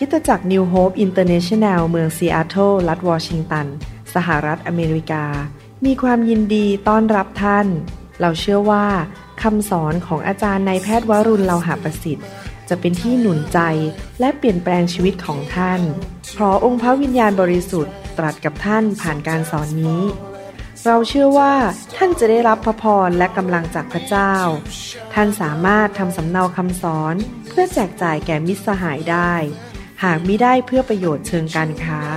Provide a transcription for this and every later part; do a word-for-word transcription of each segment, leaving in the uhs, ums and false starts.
ตจักร New Hope International เมืองซีแอตเทิลรัฐวอชิงตันสหรัฐอเมริกามีความยินดีต้อนรับท่านเราเชื่อว่าคำสอนของอาจารย์นายแพทย์วรุณ เลาหะประสิทธิ์จะเป็นที่หนุนใจและเปลี่ยนแปลงชีวิตของท่านขอองค์พระวิญญาณบริสุทธิ์ตรัสกับท่านผ่านการสอนนี้เราเชื่อว่าท่านจะได้รับพระพรและกำลังจากพระเจ้าท่านสามารถทำสำเนาคำสอนเพื่อแจกจ่ายแก่มิตรสหายได้หากมิได้เพื่อประโยชน์เชิงการค้า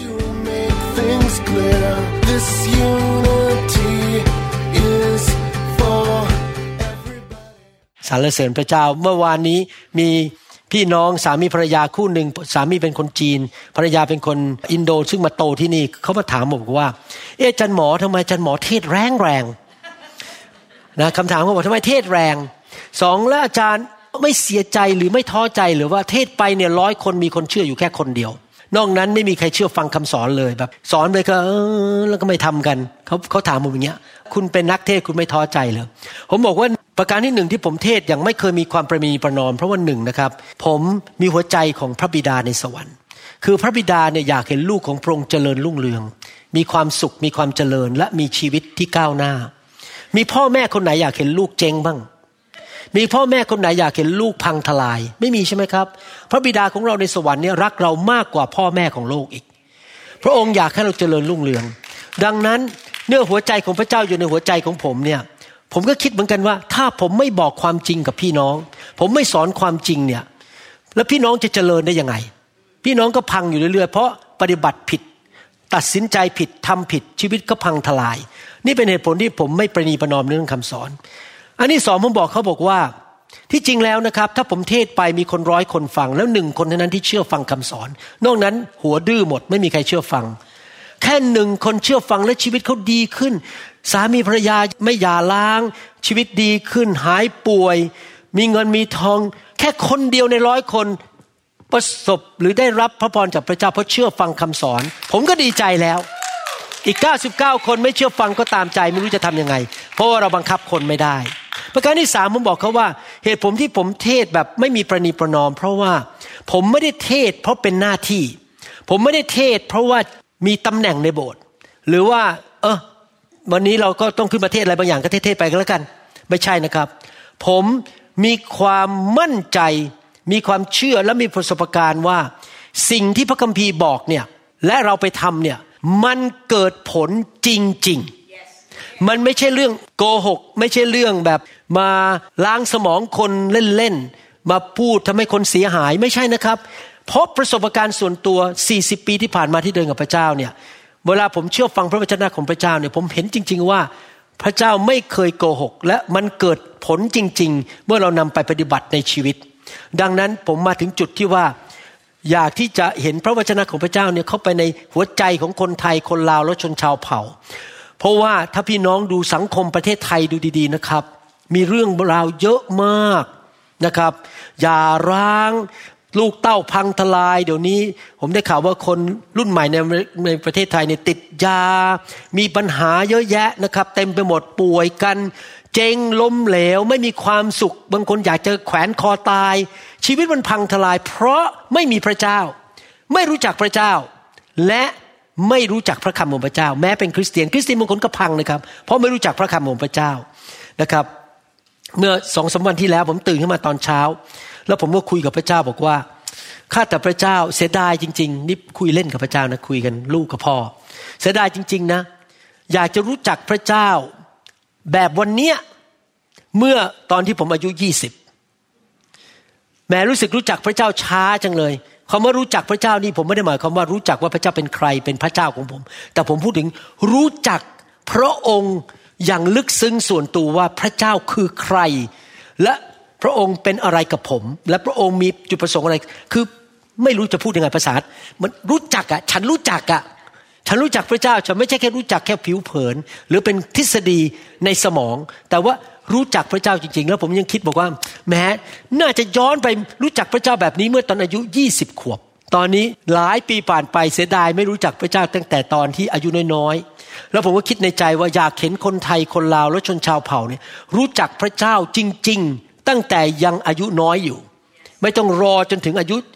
สรรเสริญพระเจ้าเมื่อวานนี้มีพี่น้องสามีภรรยาคู่หนึ่งสามีเป็นคนจีนภรรยาเป็นคนอินโดซึ่งมาโตที่นี่เขามาถามผมว่าเอ๊ะอาจารย์หมอทำไมอาจารย์หมอเทศแรงแรงนะคำถามเขาบอกทำไมเทศแรงสองแล้วอาจารย์ไม่เสียใจหรือไม่ท้อใจหรือว่าเทศไปเนี่ยร้อยคนมีคนเชื่ออยู่แค่คนเดียวนอกนั้นไม่มีใครเชื่อฟังคำสอนเลยแบบสอนไปก็เออแล้วก็ไม่ทำกันเขาเขาถามผมอย่างเงี้ยคุณเป็นนักเทศคุณไม่ท้อใจเหรอผมบอกว่าประการที่หนึ่งที่ผมเทศอย่างไม่เคยมีความประนีประนอมเพราะว่าหนึ่งนะครับผมมีหัวใจของพระบิดาในสวรรค์คือพระบิดาเนี่ยอยากเห็นลูกของพระองค์เจริญรุ่งเรืองมีความสุขมีความเจริญและมีชีวิตที่ก้าวหน้ามีพ่อแม่คนไหนอยากเห็นลูกเจ๊งบ้างมีพ่อแม่คนไหนอยากเห็นลูกพังทลายไม่มีใช่ไหมครับพระบิดาของเราในสวรรค์เนี่ยรักเรามากกว่าพ่อแม่ของโลกอีกพระองค์อยากให้เราเจริญรุ่งเรืองดังนั้นเนื้อหัวใจของพระเจ้าอยู่ในหัวใจของผมเนี่ยผมก็คิดเหมือนกันว่าถ้าผมไม่บอกความจริงกับพี่น้องผมไม่สอนความจริงเนี่ยแล้วพี่น้องจะเจริญได้ยังไงพี่น้องก็พังอยู่เรื่อยๆเพราะปฏิบัติผิดตัดสินใจผิดทำผิดชีวิตก็พังทลายนี่เป็นเหตุผลที่ผมไม่ประนีประนอมเรื่องคำสอนอันที่สองผมบอกเขาบอกว่าที่จริงแล้วนะครับถ้าผมเทศไปมีคนร้อยคนฟังแล้วหนึ่งคนเท่านั้นที่เชื่อฟังคำสอนนอกนั้นหัวดื้อหมดไม่มีใครเชื่อฟังแค่หนึ่งคนเชื่อฟังและชีวิตเขาดีขึ้นสามีภรรยาไม่หย่าร้างชีวิตดีขึ้นหายป่วยมีเงินมีทองแค่คนเดียวในร้อยคนประสบหรือได้รับพระพรจากพระเจ้าเพราะเชื่อฟังคำสอนผมก็ดีใจแล้วอีกเก้าสิบเก้าคนไม่เชื่อฟังก็ตามใจไม่รู้จะทำยังไงเพราะว่าเราบังคับคนไม่ได้ประการที่สามผมบอกเขาว่าเหตุผลที่ผมเทศแบบไม่มีประนีประนอมเพราะว่าผมไม่ได้เทศเพราะเป็นหน้าที่ผมไม่ได้เทศเพราะว่ามีตำแหน่งในโบสถ์หรือว่าเออวันนี้เราก็ต้องขึ้นมาเทศอะไรบางอย่างก็เทศๆไปก็แล้วกันไม่ใช่นะครับผมมีความมั่นใจมีความเชื่อและมีประสบการณ์ว่าสิ่งที่พระคัมภีร์บอกเนี่ยและเราไปทำเนี่ยมันเกิดผลจริงๆมันไม่ใช่เรื่องโกหกไม่ใช่เรื่องแบบมาล้างสมองคนเล่นๆมาพูดทำให้คนเสียหายไม่ใช่นะครับเพราะประสบการณ์ส่วนตัวสี่สิบปีที่ผ่านมาที่เดินกับพระเจ้าเนี่ยเวลาผมเชื่อฟังพระวจนะของพระเจ้าเนี่ยผมเห็นจริงๆว่าพระเจ้าไม่เคยโกหกและมันเกิดผลจริงๆเมื่อเรานำไปปฏิบัติในชีวิตดังนั้นผมมาถึงจุดที่ว่าอยากที่จะเห็นพระวจนะของพระเจ้าเนี่ยเข้าไปในหัวใจของคนไทยคนลาวและชนชาวเผ่าเพราะว่าถ้าพี่น้องดูสังคมประเทศไทยดูดีๆนะครับมีเรื่องราวเยอะมากนะครับอย่าร้างลูกเต้าพังทลายเดี๋ยวนี้ผมได้ข่าวว่าคนรุ่นใหม่ในในประเทศไทยเนี่ยติดยามีปัญหาเยอะแยะนะครับเต็มไปหมดป่วยกันเจ๊งล้มเหลวไม่มีความสุขบางคนอยากจะแขวนคอตายชีวิตมันพังทลายเพราะไม่มีพระเจ้าไม่รู้จักพระเจ้าและไม่รู้จักพระคำของพระเจ้าแม้เป็นคริสเตียนคริสเตียนบางคนก็พังนะครับเพราะไม่รู้จักพระคำของพระเจ้านะครับเมื่อ สองสาม วันที่แล้วผมตื่นขึ้นมาตอนเช้าแล้วผมก็คุยกับพระเจ้าบอกว่าข้าแต่พระเจ้าเสียดายจริงๆนี่คุยเล่นกับพระเจ้านะคุยกันลูกกับพ่อเสียดายจริงๆนะอยากจะรู้จักพระเจ้าแบบวันเนี้ยเมื่อตอนที่ผมอายุยี่สิบแม้รู้สึกรู้จักพระเจ้าช้าจังเลยคำว่ารู้จักพระเจ้านี่ผมไม่ได้หมายความว่ารู้จักว่าพระเจ้าเป็นใครเป็นพระเจ้าของผมแต่ผมพูดถึงรู้จักพระองค์อย่างลึกซึ้งส่วนตัวว่าพระเจ้าคือใครและพระองค์เป็นอะไรกับผมและพระองค์มีจุดประสงค์อะไรคือไม่รู้จะพูดยังไงภาษามันรู้จักอ่ะฉันรู้จักอ่ะฉันรู้จักพระเจ้าฉันไม่ใช่แค่รู้จักแค่ผิวเผินหรือเป็นทฤษฎีในสมองแต่ว่ารู้จักพระเจ้าจริงๆแล้วผมยังคิดบอกว่าแม้น่าจะย้อนไปรู้จักพระเจ้าแบบนี้เมื่อตอนอายุยี่สิบขวบตอนนี้หลายปีผ่านไปเสียดายไม่รู้จักพระเจ้าตั้งแต่ตอนที่อายุน้อยๆแล้วผมก็คิดในใจว่าอยากเห็นคนไทยคนลาวและชนชาวเผ่าเนี่ยรู้จักพระเจ้าจริงๆตั้งแต่ยังอายุน้อยอยู่ไม่ต้องรอจนถึงอายุ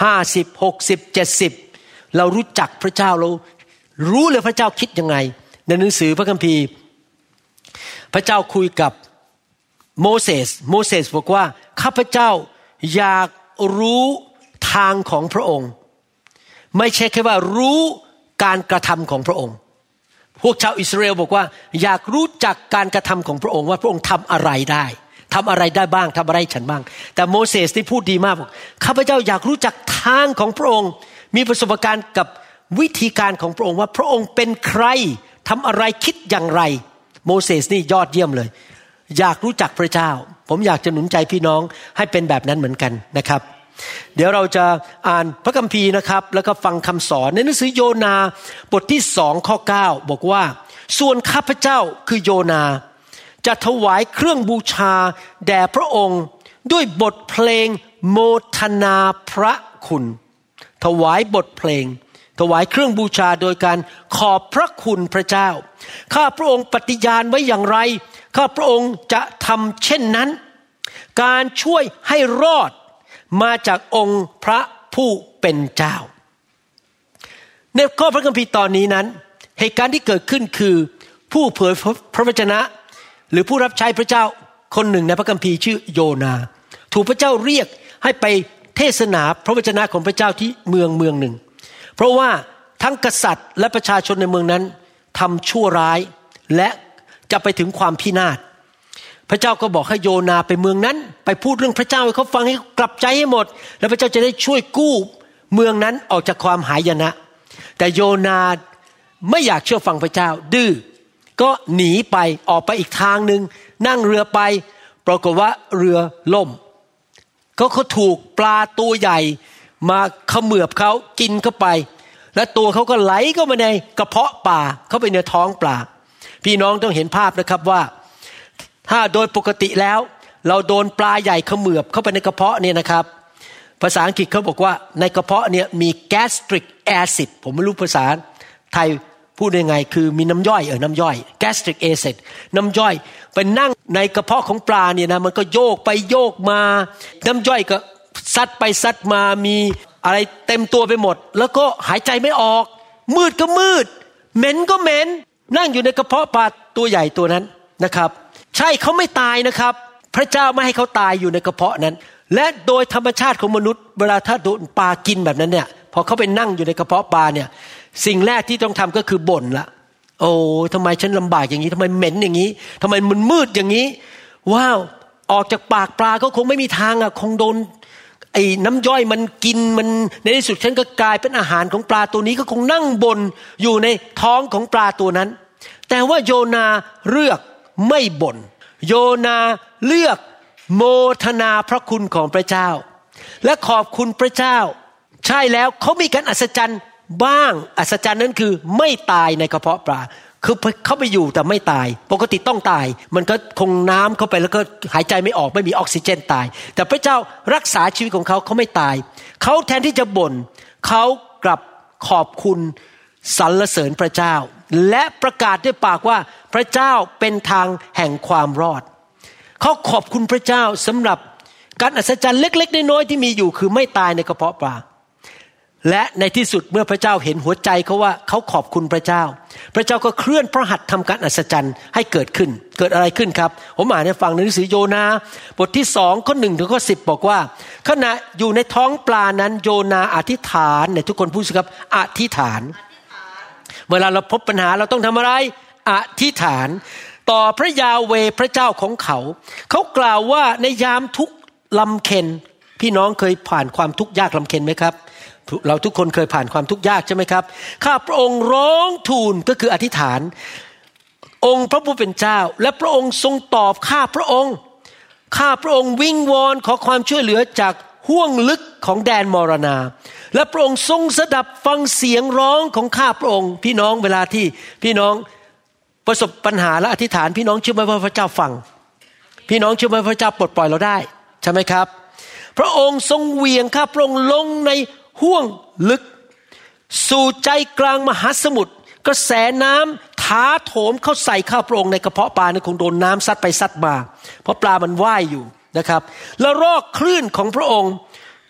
ห้าสิบ หกสิบ เจ็ดสิบเรารู้จักพระเจ้าเรารู้เลยพระเจ้าคิดยังไงในหนังสือพระคัมภีร์พระเจ้าคุยกับโมเสสโมเสสบอกว่าข้าพเจ้าอยากรู้ทางของพระองค์ไม่ใช่แค่ว่ารู้การกระทำของพระองค์พวกชาวอิสราเอลบอกว่าอยากรู้จักการกระทำของพระองค์ว่าพระองค์ทำอะไรได้ทำอะไรได้บ้างทำอะไรฉันบ้างแต่โมเสสที่พูดดีมากบอกข้าพเจ้าอยากรู้จักทางของพระองค์มีประสบการณ์กับวิธีการของพระองค์ว่าพระองค์เป็นใครทำอะไรคิดอย่างไรโมเสสนี่ยอดเยี่ยมเลยอยากรู้จักพระเจ้าผมอยากจะหนุนใจพี่น้องให้เป็นแบบนั้นเหมือนกันนะครับเดี๋ยวเราจะอ่านพระคัมภีร์นะครับแล้วก็ฟังคำสอนในหนังสือโยนาบทที่สองข้อเก้าบอกว่าส่วนข้าพเจ้าคือโยนาจะถวายเครื่องบูชาแด่พระองค์ด้วยบทเพลงโมทนาพระคุณถวายบทเพลงถวายเครื่องบูชาโดยการขอบพระคุณพระเจ้าข้าพระองค์ปฏิญาณไว้อย่างไรข้าพระองค์จะทำเช่นนั้นการช่วยให้รอดมาจากองค์พระผู้เป็นเจ้าในข้อพระคัมภีร์ตอนนี้นั้นเหตุการณ์ที่เกิดขึ้นคือผู้เผยพระวจนะหรือผู้รับใช้พระเจ้าคนหนึ่งในพระคัมภีร์ชื่อโยนาถูกพระเจ้าเรียกให้ไปเทศนาพระวจนะของพระเจ้าที่เมืองเมืองหนึ่งเพราะว่าทั้งกษัตริย์และประชาชนในเมืองนั้นทำชั่วร้ายและจะไปถึงความพินาศพระเจ้าก็บอกให้โยนาไปเมืองนั้นไปพูดเรื่องพระเจ้าให้เขาฟังให้กลับใจให้หมดแล้วพระเจ้าจะได้ช่วยกู้เมืองนั้นออกจากความหายนะแต่โยนาไม่อยากเชื่อฟังพระเจ้าดื้อก็หนีไปออกไปอีกทางนึงนั่งเรือไปปรากฏว่าเรือล่มก็เขาถูกปลาตัวใหญ่มาเขมือบเขากินเข้าไปและตัวเขาก็ไหลเข้ามาในกระเพาะปลาเข้าไปในท้องปลาพี่น้องต้องเห็นภาพนะครับว่าถ้าโดยปกติแล้วเราโดนปลาใหญ่เขมือบเข้าไปในกระเพาะเนี่ยนะครับภาษาอังกฤษเขาบอกว่าในกระเพาะเนี่ยมี gastric acid ผมไม่รู้ภาษาไทยพูดยังไงคือมีน้ำย่อยเออน้ำย่อย gastric acid น้ำย่อยไปนั่งในกระเพาะของปลาเนี่ยนะมันก็โยกไปโยกมาน้ำย่อยก็ซัดไปซัดมามีอะไรเต็มตัวไปหมดแล้วก็หายใจไม่ออกมืดก็มืดเหม็นก็เหม็นนั่งอยู่ในกระเพาะปลาตัวใหญ่ตัวนั้นนะครับใช่เขาไม่ตายนะครับพระเจ้าไม่ให้เขาตายอยู่ในกระเพาะนั้นและโดยธรรมชาติของมนุษย์เวลาถ้าโดนปลากินแบบนั้นเนี่ยพอเขาไปนั่งอยู่ในกระเพาะปลาเนี่ยสิ่งแรกที่ต้องทำก็คือบ่นละโอ้ทำไมฉันลำบากอย่างนี้ทำไมเหม็นอย่างนี้ทำไมมันมืดอย่างนี้ว้าวออกจากปากปลาก็คงไม่มีทางอ่ะคงโดนไอ้น้ำย่อยมันกินมันในที่สุดฉันก็กลายเป็นอาหารของปลาตัวนี้ก็คงนั่งบ่นอยู่ในท้องของปลาตัวนั้นแต่ว่าโยนาเลือกไม่บ่นโยนาเลือกโมทนาพระคุณของพระเจ้าและขอบคุณพระเจ้าใช่แล้วเขามีการอัศจรรย์บ้างอัศจรรย์นั้นคือไม่ตายในกระเพาะปลาคือเขาไปอยู่แต่ไม่ตายปกติต้องตายมันก็คงน้ำเข้าไปแล้วก็หายใจไม่ออกไม่มีออกซิเจนตายแต่พระเจ้ารักษาชีวิตของเขาเขาไม่ตายเขาแทนที่จะบ่นเขากลับขอบคุณสรรเสริญพระเจ้าและประกาศด้วยปากว่าพระเจ้าเป็นทางแห่งความรอดเขาขอบคุณพระเจ้าสำหรับการอัศจรรย์เล็กๆน้อยๆที่มีอยู่คือไม่ตายในกระเพาะปลาและในที่สุดเมื่อพระเจ้าเห็นหัวใจเขาว่าเขาขอบคุณพระเจ้าพระเจ้าก็เคลื่อนพระหัตถ์ทำการอัศจรรย์ให้เกิดขึ้นเกิดอะไรขึ้นครับผมอ่านให้ฟังในหนังสือโยนาบทที่สองข้อหนึ่งถึงข้อสิบบอกว่าขณะอยู่ในท้องปลานั้นโยนาอธิษฐานเนี่ยทุกคนพูดสิครับอธิษฐานเวลาเราพบปัญหาเราต้องทำอะไรอธิษฐานต่อพระยาเวห์พระเจ้าของเขาเขากล่าวว่าในยามทุกข์ลำเค็ญพี่น้องเคยผ่านความทุกข์ยากลำเค็ญไหมครับเราทุกคนเคยผ่านความทุกข์ยากใช่ไหมครับข้าพระองค์ร้องทูลก็คืออธิษฐานองค์พระผู้เป็นเจ้าและพระองค์ทรงตอบข้าพระองค์ข้าพระองค์วิงวอนขอความช่วยเหลือจากห้วงลึกของแดนมรณาและพระองค์ทรงสดับฟังเสียงร้องของข้าพระองค์พี่น้องเวลาที่พี่น้องประสบปัญหาและอธิษฐานพี่น้องเชื่อไหมว่าพระเจ้าฟังพี่น้องเชื่อไหมว่าพระเจ้าปลดปล่อยเราได้ใช่ไหมครับพระองค์ทรงเหวี่ยงข้าพระองค์ลงในห้วงลึกสู่ใจกลางมหาสมุทรกระแสน้ำท้าโถมเข้าใส่ข้าพระองค์ในกระเพาะปลาเนี่ยคงโดนน้ำซัดไปซัดมาเพราะปลามันว่ายอยู่นะครับแล้วรอกคลื่นของพระองค์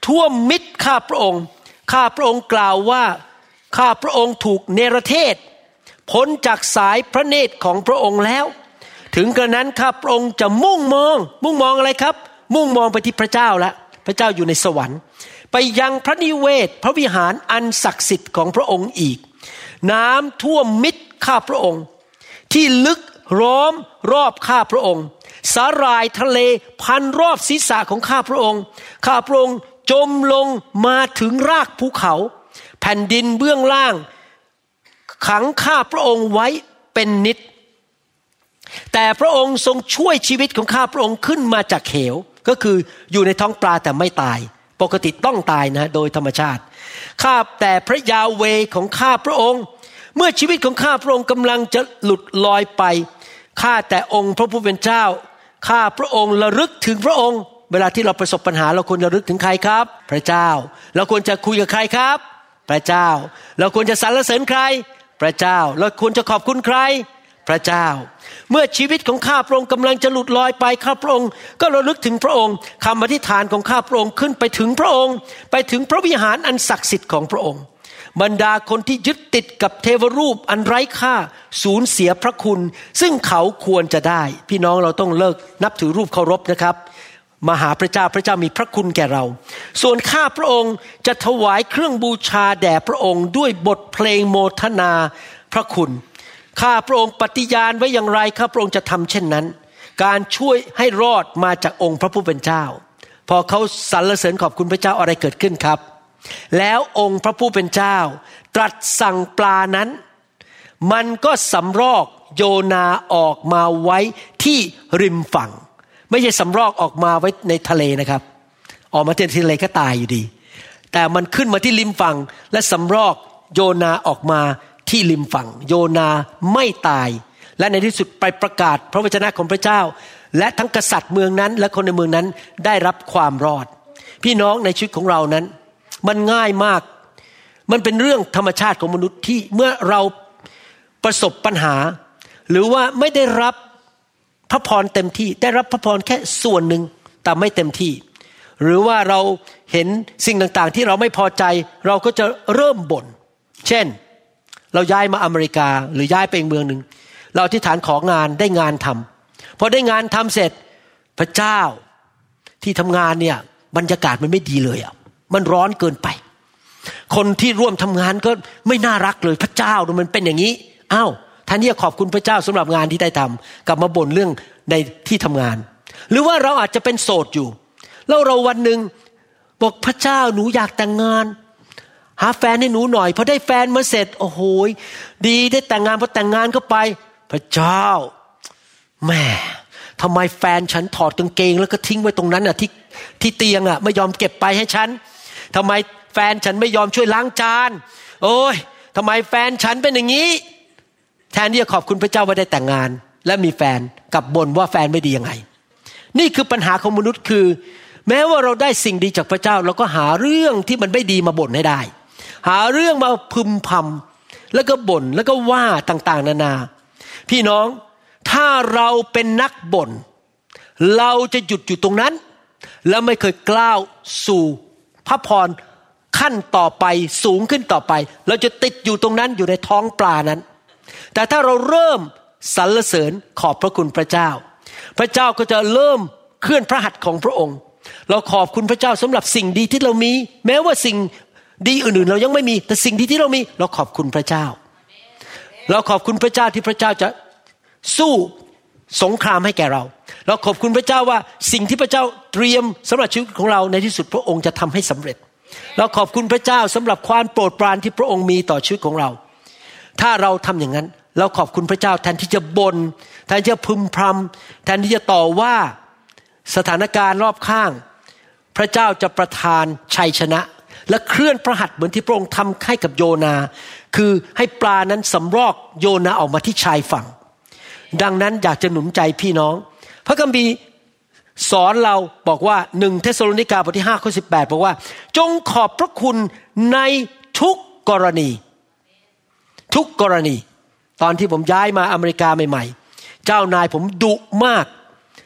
ท่วมมิดข้าพระองค์ข้าพระองค์กล่าวว่าข้าพระองค์ถูกเนรเทศพ้นจากสายพระเนตรของพระองค์แล้วถึงกระนั้นข้าพระองค์จะมุ่งมองมุ่งมองอะไรครับมุ่งมองไปที่พระเจ้าละพระเจ้าอยู่ในสวรรค์ไปยังพระนิเวศพระวิหารอันศักดิ์สิทธิ์ของพระองค์อีกน้ำท่วมมิดข้าพระองค์ที่ลึกล้อมรอบข้าพระองค์สาหร่ายทะเลพันรอบศีรษะของข้าพระองค์ข้าพระองค์จมลงมาถึงรากภูเขาแผ่นดินเบื้องล่างขังข้าพระองค์ไว้เป็นนิจแต่พระองค์ทรงช่วยชีวิตของข้าพระองค์ขึ้นมาจากเหวก็คืออยู่ในท้องปลาแต่ไม่ตายปกติต้องตายนะโดยธรรมชาติข้าแต่พระยาเวห์ของข้าพระองค์เมื่อชีวิตของข้าพระองค์กำลังจะหลุดลอยไปข้าแต่องค์พระผู้เป็นเจ้าข้าพระองค์ระลึกถึงพระองค์เวลาที่เราประสบปัญหาเราควรระลึกถึงใครครับพระเจ้าเราควรจะคุยกับใครครับพระเจ้าเราควรจะสรรเสริญใครพระเจ้าเราควรจะขอบคุณใครพระเจ้าเมื่อชีวิตของข้าพระองค์กำลังจะหลุดลอยไปข้าพระองค์ก็ระลึกถึงพระองค์คำอธิษฐานของข้าพระองค์ขึ้นไปถึงพระองค์ไปถึงพระวิหารอันศักดิ์สิทธิ์ของพระองค์บรรดาคนที่ยึดติดกับเทวรูปอันไร้ค่าสูญเสียพระคุณซึ่งเขาควรจะได้พี่น้องเราต้องเลิกนับถือรูปเคารพนะครับมาหาพระเจ้าพระเจ้ามีพระคุณแก่เราส่วนข้าพระองค์จะถวายเครื่องบูชาแด่พระองค์ด้วยบทเพลงโมทนาพระคุณข้าพระองค์ปฏิญาณไว้อย่างไรข้าพระองค์จะทำเช่นนั้นการช่วยให้รอดมาจากองค์พระผู้เป็นเจ้าพอเขาสรรเสริญขอบคุณพระเจ้าอะไรเกิดขึ้นครับแล้วองค์พระผู้เป็นเจ้าตรัสสั่งปลานั้นมันก็สำรอกโยนาออกมาไว้ที่ริมฝั่งไม่ใช่สำรอกออกมาไว้ในทะเลนะครับออกมาที่ทะเลก็ตายอยู่ดีแต่มันขึ้นมาที่ริมฝั่งและสำรอกโยนาออกมาที่ริมฝั่งโยนาไม่ตายและในที่สุดไปประกาศพระวจนะของพระเจ้าและทั้งกษัตริย์เมืองนั้นและคนในเมืองนั้นได้รับความรอดพี่น้องในชีวิตของเรานั้นมันง่ายมากมันเป็นเรื่องธรรมชาติของมนุษย์ที่เมื่อเราประสบปัญหาหรือว่าไม่ได้รับพระพรเต็มที่ได้รับพระพรแค่ส่วนหนึ่งแต่ไม่เต็มที่หรือว่าเราเห็นสิ่งต่างๆที่เราไม่พอใจเราก็จะเริ่มบ่นเช่นเราย้ายมาอเมริกาหรือย้ายไปอีกเมืองนึงเราอธิษฐานของานได้งานทำพอได้งานทำเสร็จพระเจ้าที่ทำงานเนี่ยบรรยากาศมันไม่ดีเลยอ่ะมันร้อนเกินไปคนที่ร่วมทำงานก็ไม่น่ารักเลยพระเจ้ามันเป็นอย่างนี้อ้าวแทนที่จะขอบคุณพระเจ้าสำหรับงานที่ได้ทำกลับมาบ่นเรื่องในที่ทำงานหรือว่าเราอาจจะเป็นโสดอยู่แล้วเราวันหนึ่งบอกพระเจ้าหนูอยากแต่งงานหาแฟนให้หนูหน่อยพอได้แฟนมาเสร็จโอ้โหดีได้แต่งงานพอแต่งงานเข้าไปพระเจ้าแม่ทำไมแฟนฉันถอดกางเกงแล้วก็ทิ้งไว้ตรงนั้นอ่ะที่ที่เตียงอ่ะไม่ยอมเก็บไปให้ฉันทำไมแฟนฉันไม่ยอมช่วยล้างจานโอ้ยทำไมแฟนฉันเป็นอย่างนี้แทนที่จะขอบคุณพระเจ้าว่าได้แต่งงานและมีแฟนกลับบ่นว่าแฟนไม่ดียังไงนี่คือปัญหาของมนุษย์คือแม้ว่าเราได้สิ่งดีจากพระเจ้าเราก็หาเรื่องที่มันไม่ดีมาบ่นให้ได้หาเรื่องมาพึมพำแล้วก็บ่นแล้วก็ว่าต่างๆนานาพี่น้องถ้าเราเป็นนักบ่นเราจะหยุดอยู่ตรงนั้นแล้วไม่เคยกล้าวสู่พระพรขั้นต่อไปสูงขึ้นต่อไปเราจะติดอยู่ตรงนั้นอยู่ในท้องปลานั้นแต่ถ้าเราเริ่มสรรเสริญขอบพระคุณพระเจ้าพระเจ้าก็จะเริ่มเคลื่อนพระหัตถ์ของพระองค์เราขอบคุณพระเจ้าสำหรับสิ่งดีที่เรามีแม้ว่าสิ่งดีอื่นๆเรายังไม่มีแต่สิ่งดีที่เรามีเราขอบคุณพระเจ้าเราขอบคุณพระเจ้าที่พระเจ้าจะสู้สงครามให้แก่เราเราขอบคุณพระเจ้าว่าสิ่งที่พระเจ้าเตรียมสำหรับชีวิตของเราในที่สุดพระองค์จะทำให้สำเร็จเราขอบคุณพระเจ้าสำหรับความโปรดปรานที่พระองค์มีต่อชีวิตของเราถ้าเราทำอย่างนั้นเราขอบคุณพระเจ้าแทนที่จะบ่นแทนที่จะพึมพำแทนที่จะต่อว่าสถานการณ์รอบข้างพระเจ้าจะประทานชัยชนะและเคลื่อนพระหัตถ์เหมือนที่พระองค์ทำให้กับโยนาคือให้ปลานั้นสำรอกโยนาออกมาที่ชายฝั่งดังนั้นอยากจะหนุนใจพี่น้องพระคัมภีร์สอนเราบอกว่าหนึ่งเธสสโลนิกาบทที่ห้าข้อสิบแปดบอกว่าจงขอบพระคุณในทุกกรณีทุกกรณีตอนที่ผมย้ายมาอเมริกาใหม่ๆเจ้านายผมดุมาก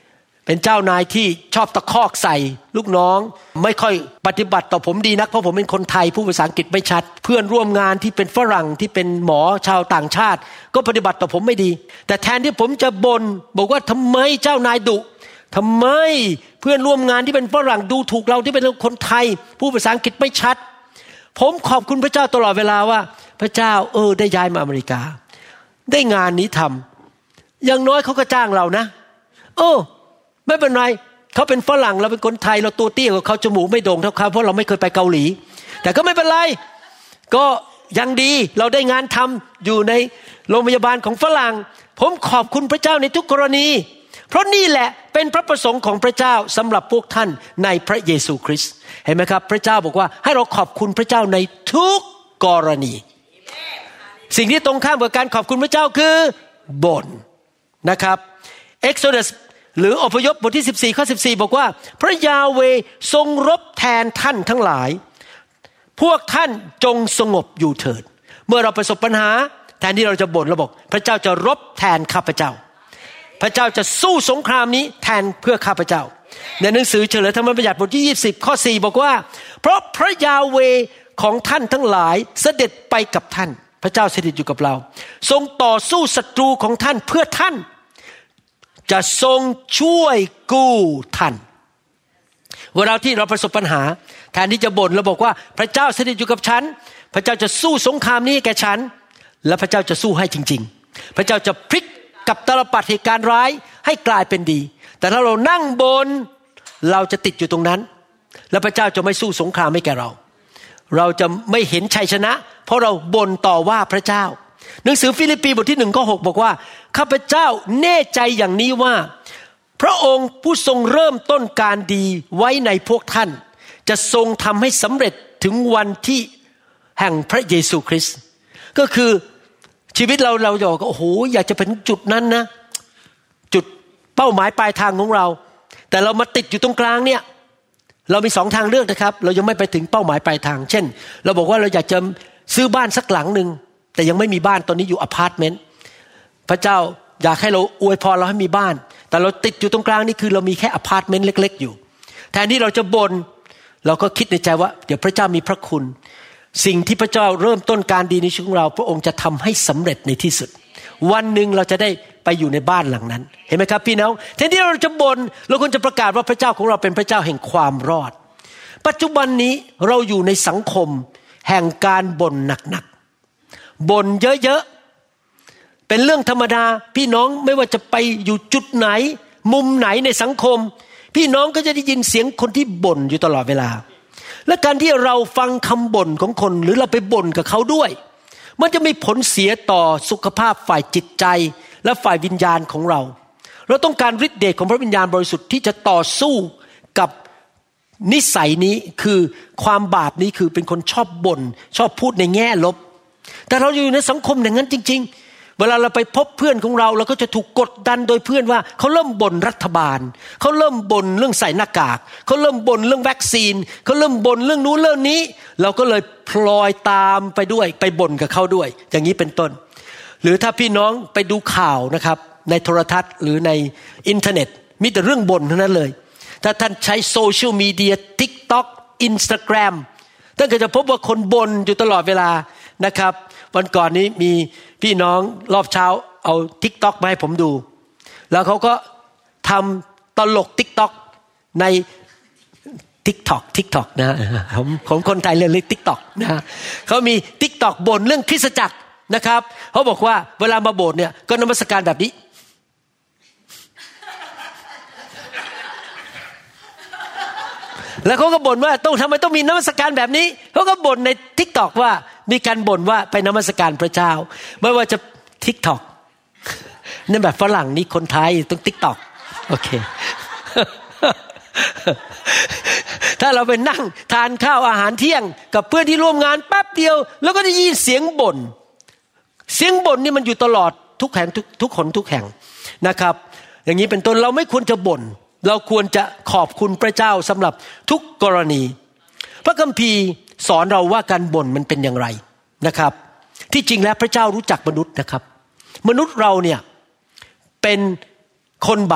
เป็นเจ้านายที่ชอบตะคอกใส่ลูกน้องไม่ค่อยปฏิบัติต่อผมดีนักเพราะผมเป็นคนไทยพูดภาษาอังกฤษไม่ชัดเพื่อนร่วมงานที่เป็นฝรั่งที่เป็นหมอชาวต่างชาติก็ปฏิบัติต่อผมไม่ดีแต่แทนที่ผมจะบ่นบอกว่าทำไมเจ้านายดุทำไมเพื่อนร่วมงานที่เป็นฝรั่งดูถูกเราที่เป็นคนไทยพูดภาษาอังกฤษไม่ชัดผมขอบคุณพระเจ้าตลอดเวลาว่าพระเจ้าเออได้ย้ายมาอเมริกาได้งานนี้ทำอย่างน้อยเขาก็จ้างเรานะโอ้ไม่เป็นไรเขาเป็นฝรั่งเราเป็นคนไทยเราตัวเตี้ยกว่าเขาจมูกไม่โด่งเท่าเขาเพราะเราไม่เคยไปเกาหลีแต่ก็ไม่เป็นไรก็ยังดีเราได้งานทำอยู่ในโรงพยาบาลของฝรั่งผมขอบคุณพระเจ้าในทุกกรณีเพราะนี่แหละเป็นพระประสงค์ของพระเจ้าสำหรับพวกท่านในพระเยซูคริสต์เห็นไหมครับพระเจ้าบอกว่าให้เราขอบคุณพระเจ้าในทุกกรณีสิ่งที่ตรงข้ามกับการขอบคุณพระเจ้าคือบ่นนะครับ Exodus หรืออพยพบทที่สิบสี่ข้อสิบสี่บอกว่าพระยาเวห์ทรงรบแทนท่านทั้งหลายพวกท่านจงสงบอยู่เถิดเมื่อเราประสบปัญหาแทนที่เราจะบ่นเราบอกพระเจ้าจะรบแทนข้าพเจ้าพระเจ้าจะสู้สงครามนี้แทนเพื่อข้าพเจ้าในหนังสือเฉลยธรรมบัญญัติบทที่ยี่สิบข้อสี่บอกว่าเพราะพระยาเวห์ของท่านทั้งหลายเสด็จไปกับท่านพระเจ้าสถิตอยู่กับเราทรงต่อสู้ศัตรูของท่านเพื่อท่านจะทรงช่วยกู้ท่านเวลาที่เราประสบปัญหาแทนที่จะบ่นเราบอกว่าพระเจ้าสถิตอยู่กับฉันพระเจ้าจะสู้สงครามนี้แก่ฉันและพระเจ้าจะสู้ให้จริงๆพระเจ้าจะพลิกกับตลปัดเหตุการณ์ร้ายให้กลายเป็นดีแต่ถ้าเรานั่งบ่นเราจะติดอยู่ตรงนั้นและพระเจ้าจะไม่สู้สงครามให้แก่เราเราจะไม่เห็นชัยชนะเพราะเราบ่นต่อว่าพระเจ้าหนังสือฟิลิปปีบทที่หนึ่งข้อหกบอกว่าข้าพเจ้าแน่ใจอย่างนี้ว่าพระองค์ผู้ทรงเริ่มต้นการดีไว้ในพวกท่านจะทรงทำให้สำเร็จถึงวันที่แห่งพระเยซูคริสต์ก็คือชีวิตเราเราจะบอกโอ้โหอยากจะเป็นจุดนั้นนะจุดเป้าหมายปลายทางของเราแต่เรามาติดอยู่ตรงกลางเนี่ยเรามีสองทางเลือกนะครับเรายังไม่ไปถึงเป้าหมายปลายทางเช่นเราบอกว่าเราอยากจะซื้อบ้านสักหลังนึงแต่ยังไม่มีบ้านตอนนี้อยู่อพาร์ตเมนต์พระเจ้าอยากให้เราอวยพรเราให้มีบ้านแต่เราติดอยู่ตรงกลางนี่คือเรามีแค่อพาร์ตเมนต์เล็กๆอยู่แทนที่เราจะบ่นเราก็คิดในใจว่าเดี๋ยวพระเจ้ามีพระคุณสิ่งที่พระเจ้าเริ่มต้นการดีในชีวิตของเราพระองค์จะทำให้สำเร็จในที่สุดวันหนึ่งเราจะได้ไปอยู่ในบ้านหลังนั้นเห็นไหมครับพี่น้องแทนที่เราจะบ่นเราควรจะประกาศว่าพระเจ้าของเราเป็นพระเจ้าแห่งความรอดปัจจุบันนี้เราอยู่ในสังคมแห่งการบ่นหนักๆบ่นเยอะๆเป็นเรื่องธรรมดาพี่น้องไม่ว่าจะไปอยู่จุดไหนมุมไหนในสังคมพี่น้องก็จะได้ยินเสียงคนที่บ่นอยู่ตลอดเวลาและการที่เราฟังคำบ่นของคนหรือเราไปบ่นกับเขาด้วยมันจะมีผลเสียต่อสุขภาพฝ่ายจิตใจและฝ่ายวิญญาณของเราเราต้องการฤทธิ์เดชของพระวิญญาณบริสุทธิ์ที่จะต่อสู้กับนิสัยนี้คือความบาปนี้คือเป็นคนชอบบ่นชอบพูดในแง่ลบแต่เราอยู่ในสังคมอย่างนั้นจริงๆเวลาเราไปพบเพื่อนของเราเราก็จะถูกกดดันโดยเพื่อนว่าเขาเริ่มบ่นรัฐบาลเขาเริ่มบ่นเรื่องใส่หน้ากากเขาเริ่มบ่นเรื่องวัคซีนเขาเริ่มบ่นเรื่องนู้นเรื่องนี้เราก็เลยพลอยตามไปด้วยไปบ่นกับเขาด้วยอย่างนี้เป็นต้นหรือถ้าพี่น้องไปดูข่าวนะครับในโทรทัศน์หรือในอินเทอร์เน็ตมีแต่เรื่องบ่นเท่านั้นเลยถ้าท่านใช้โซเชียลมีเดีย TikTok Instagram ท่านก็จะพบว่าคนบ่นอยู่ตลอดเวลานะครับวันก่อนนี้มีพี่น้องรอบเช้าเอา TikTok มาให้ผมดูแล้วเขาก็ทำตลก TikTok ใน TikTok TikTok นะผมของคนไทยเรียก TikTok นะเขามี TikTok บ่นเรื่องคริสตจักรนะครับเขาบอกว่าเวลามาโบสถ์เนี่ยก็นมัสการแบบนี้แล้วเขาก็บ่นว่าต้องทำไมต้องมีนมัสการแบบนี้เขาก็บ่นใน TikTok ว่ามีการบ่นว่าไปนมัสการพระเจ้าไม่ว่าจะ TikTok นั่นแบบฝรั่งนี่คนไทยต้อง TikTok โอเค ถ้าเราไปนั่งทานข้าวอาหารเที่ยงกับเพื่อนที่ร่วมงานแป๊บเดียวแล้วก็ได้ยินเสียงบ่นเสียงบ่นนี่มันอยู่ตลอดทุกแห่งทุกทุกคนทุกแห่งนะครับอย่างนี้เป็นต้นเราไม่ควรจะบ่นเราควรจะขอบคุณพระเจ้าสำหรับทุกกรณีพระคัมภีร์สอนเราว่าการบ่นมันเป็นอย่างไรนะครับที่จริงแล้วพระเจ้ารู้จักมนุษย์นะครับมนุษย์เราเนี่ยเป็นคนบาป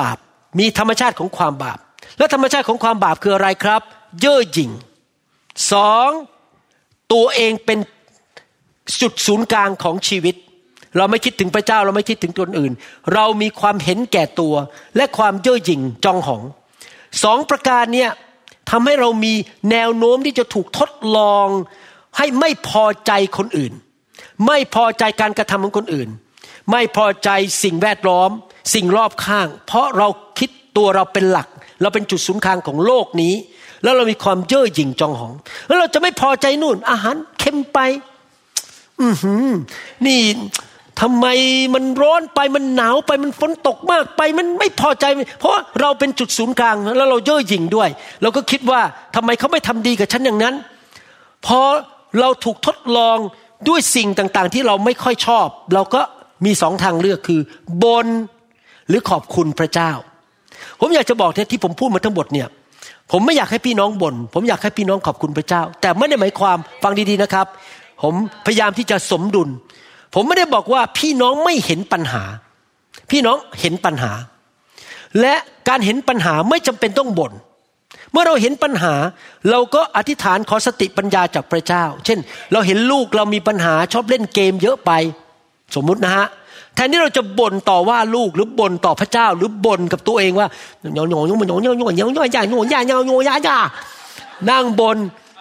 มีธรรมชาติของความบาปและธรรมชาติของความบาปคืออะไรครับเย่อหยิ่งสองตัวเองเป็นจุดศูนย์กลางของชีวิตเราไม่คิดถึงพระเจ้าเราไม่คิดถึงคนอื่นเรามีความเห็นแก่ตัวและความเย่อหยิ่งจองหองสองประการเนี่ยทำให้เรามีแนวโน้มที่จะถูกทดลองให้ไม่พอใจคนอื่นไม่พอใจการกระทำของคนอื่นไม่พอใจสิ่งแวดล้อมสิ่งรอบข้างเพราะเราคิดตัวเราเป็นหลักเราเป็นจุดศูนย์กลางของโลกนี้แล้วเรามีความเย่อหยิ่งจองหองแล้วเราจะไม่พอใจนู่นอาหารเค็มไปอือหือนี่ทำไมมันร้อนไปมันหนาวไปมันฝนตกมากไปมันไม่พอใจเพราะเราเป็นจุดศูนย์กลางแล้วเราเย่อหยิ่งด้วยเราก็คิดว่าทำไมเขาไม่ทำดีกับฉันอย่างนั้นพอเราถูกทดลองด้วยสิ่งต่างๆที่เราไม่ค่อยชอบเราก็มีสองทางเลือกคือบ่นหรือขอบคุณพระเจ้าผมอยากจะบอกที่ผมพูดมาทั้งหมดเนี่ยผมไม่อยากให้พี่น้องบ่นผมอยากให้พี่น้องขอบคุณพระเจ้าแต่ไม่ได้หมายความฟังดีๆนะครับผมพยายามที่จะสมดุลผมไม่ได้บอกว่าพี่น้องไม่เห็นปัญหาพี่น้องเห็นปัญหาและการเห็นปัญหาไม่จำเป็นต้องบ่นเมื่อเราเห็นปัญหาเราก็อธิษฐานขอสติปัญญาจากพระเจ้าเช่นเราเห็นลูกเรามีปัญหาชอบเล่นเกมเยอะไปสมมุตินะฮะแทนที่เราจะบ่นต่อว่าลูกหรือบ่นต่อพระเจ้าหรือบ่นกับตัวเองว่าโยโยโยโยโยโยโยโยยาโยยาโยโยยายานั่งบ่น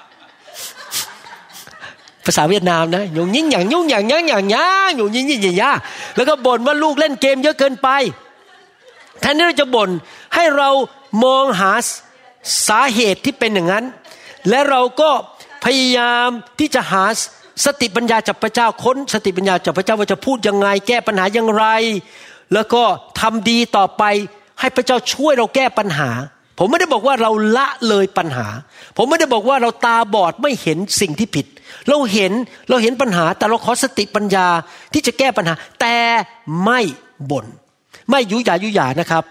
ภาษาเวียดนามนะโยยิ่งอย่างยุ่งอย่างยังอย่างยาโยยิ่งยิ่งอย่างยาแล้วก็บ่นว่าลูกเล่นเกมเยอะเกินไปแทนที่เราจะบ่นให้เรามองหาสาเหตุที่เป็นอย่างนั้นและเราก็พยายามที่จะหาสติปัญญาจากพระเจ้าค้นสติปัญญาจากพระเจ้าว่าจะพูดยังไงแก้ปัญหาอย่างไรแล้วก็ทำดีต่อไปให้พระเจ้าช่วยเราแก้ปัญหาผมไม่ได้บอกว่าเราละเลยปัญหาผมไม่ได้บอกว่าเราตาบอดไม่เห็นสิ่งที่ผิดเราเห็นเราเห็นปัญหาแต่เราขอสติปัญญาที่จะแก้ปัญหาแต่ไม่บ่นไม่ยุยายุยานะครับ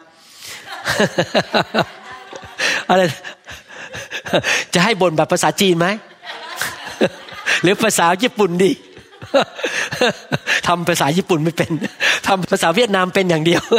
อะไรจะให้บ่นแบบภาษาจีนไหม หรือภาษาญี่ปุ่นดี ทำภาษาญี่ปุ่นไม่เป็นทำภาษาเวียดนามเป็นอย่างเดียว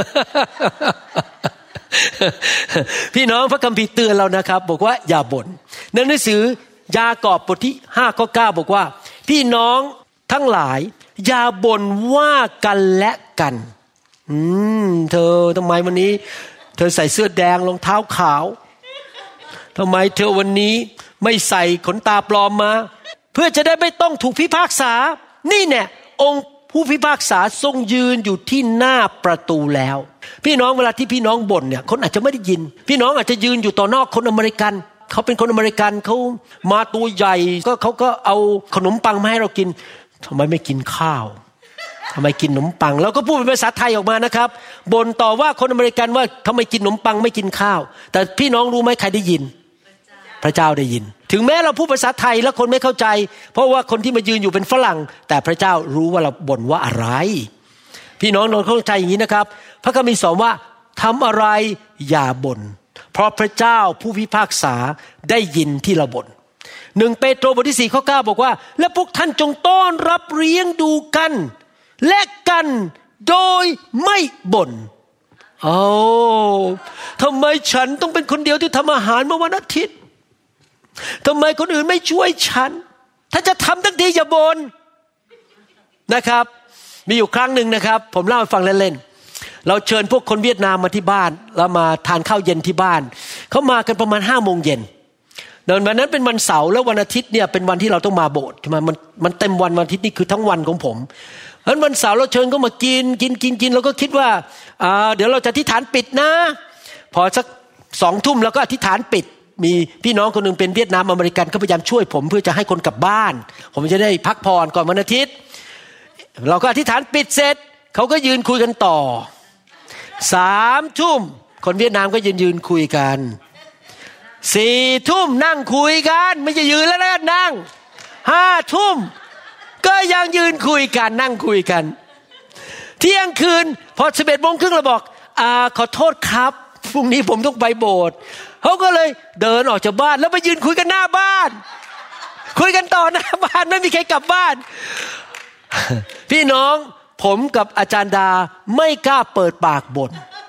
พี่น้องพระคัมภีร์เตือนเรานะครับบอกว่าอย่าบ่นในหนังสือยากอบบทที่ห้าข้อเก้าบอกว่าพี่น้องทั้งหลายอย่าบ่นว่ากันและกันอืมเธอทำไมวันนี้เธอใส่เสื้อแดงรองเท้าขาวทำไมเธอวันนี้ไม่ใส่ขนตาปลอมมาเพื่อจะได้ไม่ต้องถูกพิพากษานี่เนี่ยองค์ผู้พิพากษาทรงยืนอยู่ที่หน้าประตูแล้วพี่น้องเวลาที่พี่น้องบ่นเนี่ยคนอาจจะไม่ได้ยินพี่น้องอาจจะยืนอยู่ต่อนอกคนอเมริกันเขาเป็นคนอเมริกันเขามาตัวใหญ่ก็เขาก็เอาขนมปังมาให้เรากินทำไมไม่กินข้าวทำไมกินขนมปังแล้วก็พูดเป็นภาษาไทยออกมานะครับบ่นต่อว่าคนอเมริกันว่าทำไมกินขนมปังไม่กินข้าวแต่พี่น้องรู้ไหมใครได้ยินพระเจ้าได้ยินถึงแม้เราพูดภาษาไทยแล้วคนไม่เข้าใจเพราะว่าคนที่มายืนอยู่เป็นฝรั่งแต่พระเจ้ารู้ว่าเราบ่นว่าอะไรพี่น้องเราเข้าใจอย่างนี้นะครับพระคัมภีร์สอนว่าทำอะไรอย่าบ่นเพราะพระเจ้าผู้พิพากษาได้ยินที่เราบ่นหนึ่งเปโตรบทที่สี่ข้อเก้าบอกว่าและพวกท่านจงต้อนรับเลี้ยงดูกันและกันโดยไม่บ่นโอ้ทำไมฉันต้องเป็นคนเดียวที่ทำอาหารเมื่อวันอาทิตย์ทำไมคนอื่นไม่ช่วยฉันถ้าจะทำทั้งทีอย่าบ่นนะครับมีอยู่ครั้งหนึ่งนะครับผมเล่าให้ฟังเล่นๆเราเชิญพวกคนเวียดนามมาที่บ้านแล้วมาทานข้าวเย็นที่บ้านเขามากันประมาณห้าโมงเย็นวันนั้นเป็นวันเสาร์แล้ววันอาทิตย์เนี่ยเป็นวันที่เราต้องมาโบสถ์ใช่ไหมมันมันเต็มวันวันอาทิตย์นี่คือทั้งวันของผมเพราะฉะนั้นวันเสาร์เราเชิญเขามากินกินกินกินเราก็คิดว่าอ่าเดี๋ยวเราจะอธิษฐานปิดนะพอสักสองทุ่มเราก็อธิษฐานปิดมีพี่น้องคนนึงเป็นเวียดนามอเมริกันเขาพยายามช่วยผมเพื่อจะให้คนกลับบ้านผมจะได้พักผ่อนก่อนวันอาทิตย์เราก็อธิษฐานปิดเสร็จเขาก็ยืนคุยกันต่อสามทุ่มคนเวียดนามก็ยืนยืนคุยกันสี่ทุ่มนั่งคุยกันไม่ใช่ยืนแล้วนะนั่งห้าทุ่มก็ยังยืนคุยกันนั่งคุยกันเที่ยงคืนพอสิบเอ็ดโมงครึ่งเราบอกอ่าขอโทษครับพรุ่งนี้ผมต้องไปโบสถ์เขาก็เลยเดินออกจากบ้านแล้วไปยืนคุยกันหน้าบ้านคุยกันต่อหน้าบ้านไม่มีใครกลับบ้านพี่น้องผมกับอาจารย์ดาไม่กล้าเปิดปากบ่น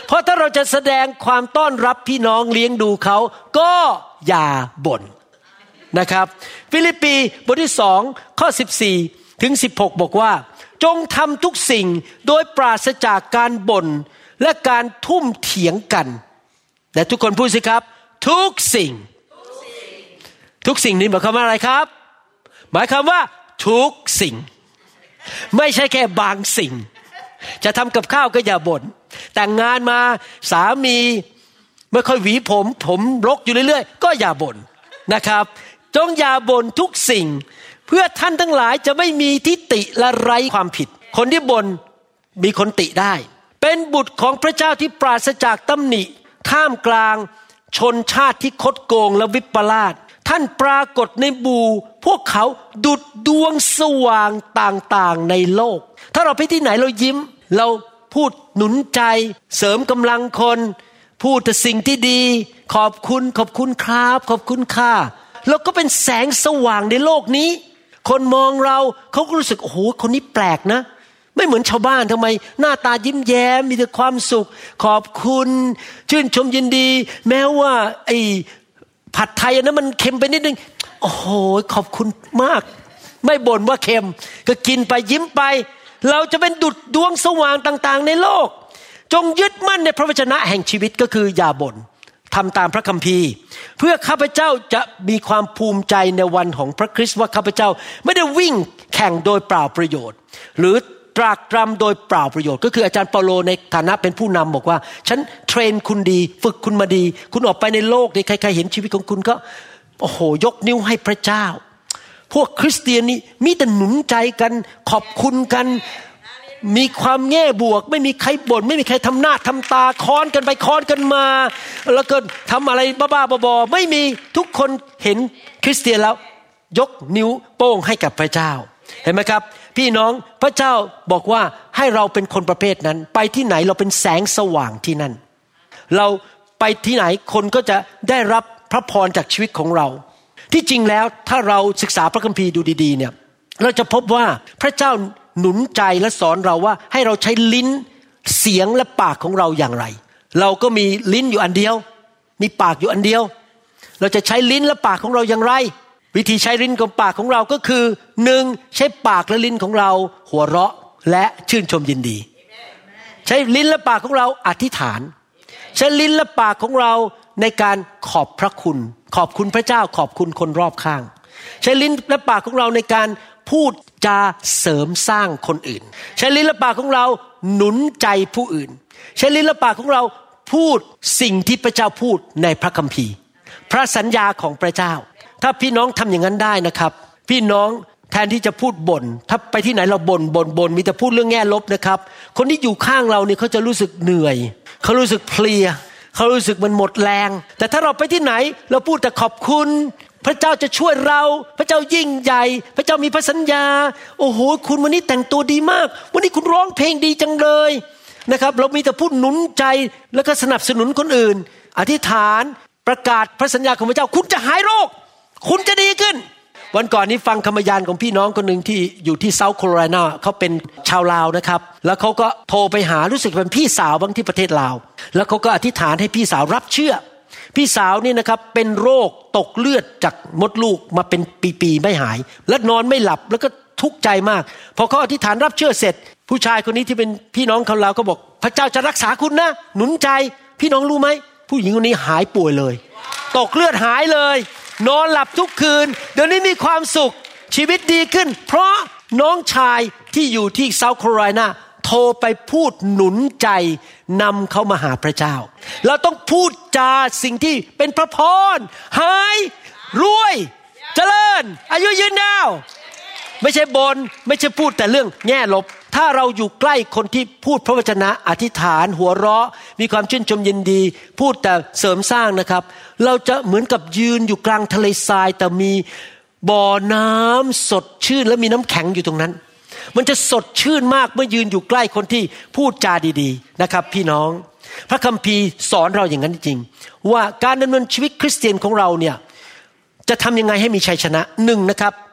เพราะถ้าเราจะแสดงความต้อนรับพี่น้องเลี้ยงดูเขาก็อย่าบ่นนะครับฟิลิปปีบทที่สองข้อสิบสี่ถึงสิบหกบอกว่าจงทำทุกสิ่งโดยปราศจากการบ่นและการทุ่มเถียงกันแต่ทุกคนพูดสิครับทุกสิ่งทุกสิ่งนี้หมายความว่าอะไรครับหมายความว่าทุกสิ่งไม่ใช่แค่บางสิ่งจะทำกับข้าวก็อย่าบ่นแต่งงานมาสามีไม่ค่อยหวีผมผมรกอยู่เรื่อยๆก็อย่าบ่นนะครับจงอย่าบ่นทุกสิ่งเพื่อท่านทั้งหลายจะไม่มีทิฏฐิและไร้ความผิดคนที่บ่นมีคนติได้เป็นบุตรของพระเจ้าที่ปราศจากตำหนิท่ามกลางชนชาติที่คดโกงและวิปลาสท่านปรากฏในหมู่พวกเขาดุจดวงสว่างต่างๆในโลกถ้าเราไปที่ไหนเรายิ้มเราพูดหนุนใจเสริมกำลังคนพูดแต่สิ่งที่ดีขอบคุณขอบคุณครับขอบคุณค่ะเราก็เป็นแสงสว่างในโลกนี้คนมองเราเขาก็รู้สึกโอ้โหคนนี้แปลกนะไม่เหมือนชาวบ้านทำไมหน้าตายิ้มแย้มมีแต่ความสุขขอบคุณชื่นชมยินดีแม้ว่าไอ้ผัดไทยนะมันเค็มไปนิดนึงโอ้โหขอบคุณมากไม่บ่นว่าเค็มก็กินไปยิ้มไปเราจะเป็นดุจดวงสว่างต่างๆในโลกจงยึดมั่นในพระวจนะแห่งชีวิตก็คืออย่าบ่นทำตามพระคัมภีร์เพื่อข้าพเจ้าจะมีความภูมิใจในวันของพระคริสต์ว่าข้าพเจ้าไม่ได้วิ่งแข่งโดยเปล่าประโยชน์หรือตรากตรำโดยเปล่าประโยชน์ก็คืออาจารย์เปาโลในฐานะเป็นผู้นำบอกว่าฉันเทรนคุณดีฝึกคุณมาดีคุณออกไปในโลกนี้ใครๆเห็นชีวิตของคุณก็โอ้โหยกนิ้วให้พระเจ้าพวกคริสเตียนนี่มีแต่หนุนใจกันขอบคุณกันมีความแง่บวกไม่มีใครบ่นไม่มีใครทำหน้าทำตาค้อนกันไปค้อนกันมาแล้วก็ทำอะไรบ้าๆบอๆไม่มีทุกคนเห็นคริสเตียนแล้วยกนิ้วโป้งให้กับพระเจ้าเห็นไหมครับพี่น้องพระเจ้าบอกว่าให้เราเป็นคนประเภทนั้นไปที่ไหนเราเป็นแสงสว่างที่นั่นเราไปที่ไหนคนก็จะได้รับพระพรจากชีวิตของเราที่จริงแล้วถ้าเราศึกษาพระคัมภีร์ดูดีๆเนี่ยเราจะพบว่าพระเจ้าหนุนใจและสอนเราว่าให้เราใช้ลิ้นเสียงและปากของเราอย่างไรเราก็มีลิ้นอยู่อันเดียวมีปากอยู่อันเดียวเราจะใช้ลิ้นและปากของเราอย่างไรวิธีใช้ลิ้นกับปากของเราก็คือหนึ่งใช้ปากและลิ้นของเราหัวเราะและชื่นชมยินดีใช้ลิ้นและปากของเราอธิษฐานใช้ลิ้นและปากของเราในการขอบพระคุณขอบคุณพระเจ้าขอบคุณคนรอบข้างใช้ลิ้นและปากของเราในการพูดจาเสริมสร้างคนอื่นใช้ลิ้นและปากของเราหนุนใจผู้อื่นใช้ลิ้นและปากของเราพูดสิ่งที่พระเจ้าพูดในพระคัมภีร์พระสัญญาของพระเจ้าถ้าพี่น้องทำอย่างนั้นได้นะครับพี่น้องแทนที่จะพูดบ่นถ้าไปที่ไหนเราบ่นบ่นบ่นมีแต่พูดเรื่องแง่ลบนะครับคนที่อยู่ข้างเราเนี่ยเขาจะรู้สึกเหนื่อยเขารู้สึกเพลียเขารู้สึกมันหมดแรงแต่ถ้าเราไปที่ไหนเราพูดแต่ขอบคุณพระเจ้าจะช่วยเราพระเจ้ายิ่งใหญ่พระเจ้ามีพระสัญญาโอ้โหคุณวันนี้แต่งตัวดีมากวันนี้คุณร้องเพลงดีจังเลยนะครับเรามีแต่พูดหนุนใจแล้วก็สนับสนุนคนอื่นอธิษฐานประกาศพระสัญญาของพระเจ้าคุณจะหายโรคคุณจะดีขึ้นวันก่อนนี้ฟังคำพยานของพี่น้องคนหนึ่งที่อยู่ที่เซาท์แคโรไลนาเขาเป็นชาวลาวนะครับแล้วเขาก็โทรไปหารู้สึกเป็นพี่สาวบางที่ประเทศลาวแล้วเขาก็อธิษฐานให้พี่สาวรับเชื่อพี่สาวนี่นะครับเป็นโรคตกเลือดจากมดลูกมาเป็นปีๆไม่หายและนอนไม่หลับแล้วก็ทุกข์ใจมากพอเขาอธิษฐานรับเชื่อเสร็จผู้ชายคนนี้ที่เป็นพี่น้องเขาลาวก็บอกพระเจ้าจะรักษาคุณนะหนุนใจพี่น้องรู้ไหมผู้หญิงคนนี้หายป่วยเลยตกเลือดหายเลยนอนหลับทุกคืนเดี๋ยวนี้มีความสุขชีวิตดีขึ้นเพราะน้องชายที่อยู่ที่เซาท์แคโรไลนาโทรไปพูดหนุนใจนำเขามาหาพระเจ้าเราต้องพูดจาสิ่งที่เป็นพระพรหายรวยเจริญอายุยืนยาวไม่ใช่บ่นไม่ใช่พูดแต่เรื่องแง่ลบถ้าเราอยู่ใกล้คนที่พูดพระวจนะอธิษฐานหัวเราะมีความชื่นชมยินดีพูดแต่เสริมสร้างนะครับเราจะเหมือนกับยืนอยู่กลางทะเลทรายแต่มีบ่อน้ำสดชื่นและมีน้ำแข็งอยู่ตรงนั้นมันจะสดชื่นมากเมื่อยืนอยู่ใกล้คนที่พูดจาดีๆนะครับพี่น้องพระคัมภีร์สอนเราอย่างนั้นจริงว่าการดำเนินชีวิตคริสเตียนของเราเนี่ยจะทำยังไงให้มีชัยชนะหนึ่งนะครับ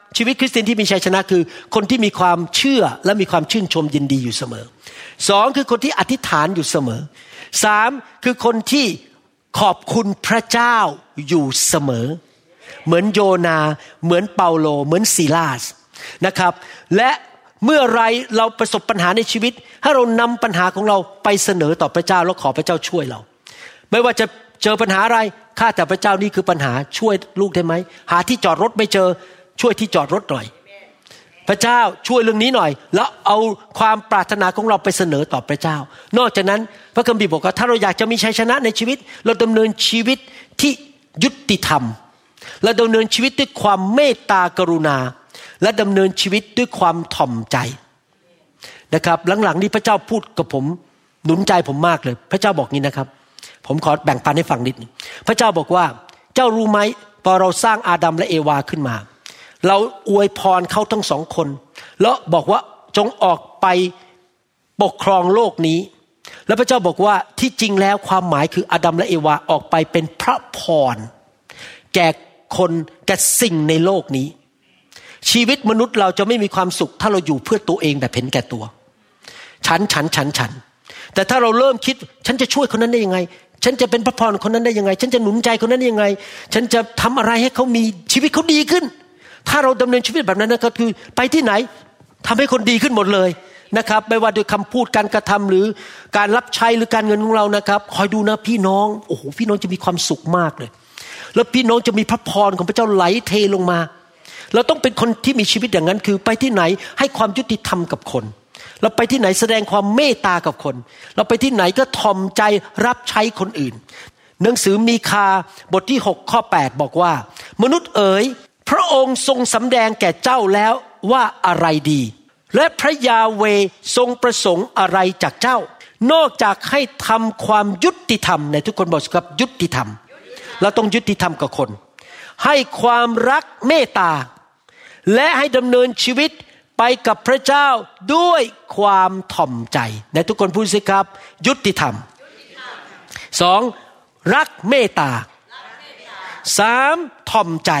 ชีวิตคริสเตียนที่มีชัยชนะคือคนที่มีความเชื่อและมีความชื่นชมยินดีอยู่เสมอสองคือคนที่อธิษฐานอยู่เสมอสามคือคนที่ขอบคุณพระเจ้าอยู่เสมอเหมือนโยนาเหมือนเปาโลเหมือนซีลาสนะครับและเมื่อไรเราประสบปัญหาในชีวิตให้เรานำปัญหาของเราไปเสนอต่อพระเจ้าแล้วขอพระเจ้าช่วยเราไม่ว่าจะเจอปัญหาอะไรข้าแต่พระเจ้านี่คือปัญหาช่วยลูกได้ไหมหาที่จอดรถไม่เจอช่วยที่จอดรถหน่อยพระเจ้าช่วยเรื่องนี้หน่อยแล้วเอาความปรารถนาของเราไปเสนอต่อพระเจ้านอกจากนั้นพระคัมภีร์บอกว่าถ้าเราอยากจะมีชัยชนะในชีวิตเราดำเนินชีวิตที่ยุติธรรมและดำเนินชีวิตด้วยความเมตตากรุณาและดำเนินชีวิตด้วยความถ่อมใจนะครับหลังๆนี้พระเจ้าพูดกับผมหนุนใจผมมากเลยพระเจ้าบอกงี้นะครับผมขอแบ่งปันให้ฟังนิดนึงพระเจ้าบอกว่าเจ้ารู้ไหมพอเราสร้างอาดัมและเอวาขึ้นมาเราอวยพรเขาทั้งสองคนแล้วบอกว่าจงออกไปปกครองโลกนี้แล้วพระเจ้าบอกว่าที่จริงแล้วความหมายคืออาดัมและเอวาออกไปเป็นพระพรแก่คนแก่สิ่งในโลกนี้ชีวิตมนุษย์เราจะไม่มีความสุขถ้าเราอยู่เพื่อตัวเองแบบเห็นแก่ตัวฉันฉันฉันฉันแต่ถ้าเราเริ่มคิดฉันจะช่วยคนนั้นได้ยังไงฉันจะเป็นพระพรคนนั้นได้ยังไงฉันจะหนุนใจคนนั้นได้ยังไงฉันจะทำอะไรให้เขามีชีวิตเขาดีขึ้นถ้าเราดำเนินชีวิตแบบนั้นนะก็คือไปที่ไหนทำให้คนดีขึ้นหมดเลยนะครับไม่ว่าด้วยคำพูดการกระทำหรือการรับใช้หรือการเงินของเรานะครับคอยดูนะพี่น้องโอ้โหพี่น้องจะมีความสุขมากเลยแล้วพี่น้องจะมีพระพรของพระเจ้าไหลเทลงมาเราต้องเป็นคนที่มีชีวิตอย่างนั้นคือไปที่ไหนให้ความยุติธรรมกับคนเราไปที่ไหนแสดงความเมตตากับคนเราไปที่ไหนก็ถ่อมใจรับใช้คนอื่นหนังสือมีคาบทที่หกข้อแปดบอกว่ามนุษย์เอ๋ยพระองค์ทรงสำแดงแก่เจ้าแล้วว่าอะไรดีและพระยาเวห์ทรงประสงค์อะไรจากเจ้านอกจากให้ทำความยุติธรรมในทุกคนบอกครับยุติธรรมเราต้องยุติธรรมกับคนให้ความรักเมตตาและให้ดำเนินชีวิตไปกับพระเจ้าด้วยความถ่อมใจในทุกคนพูดสิครับยุติธรรมสองรักเมตตาสามถ่อมใจ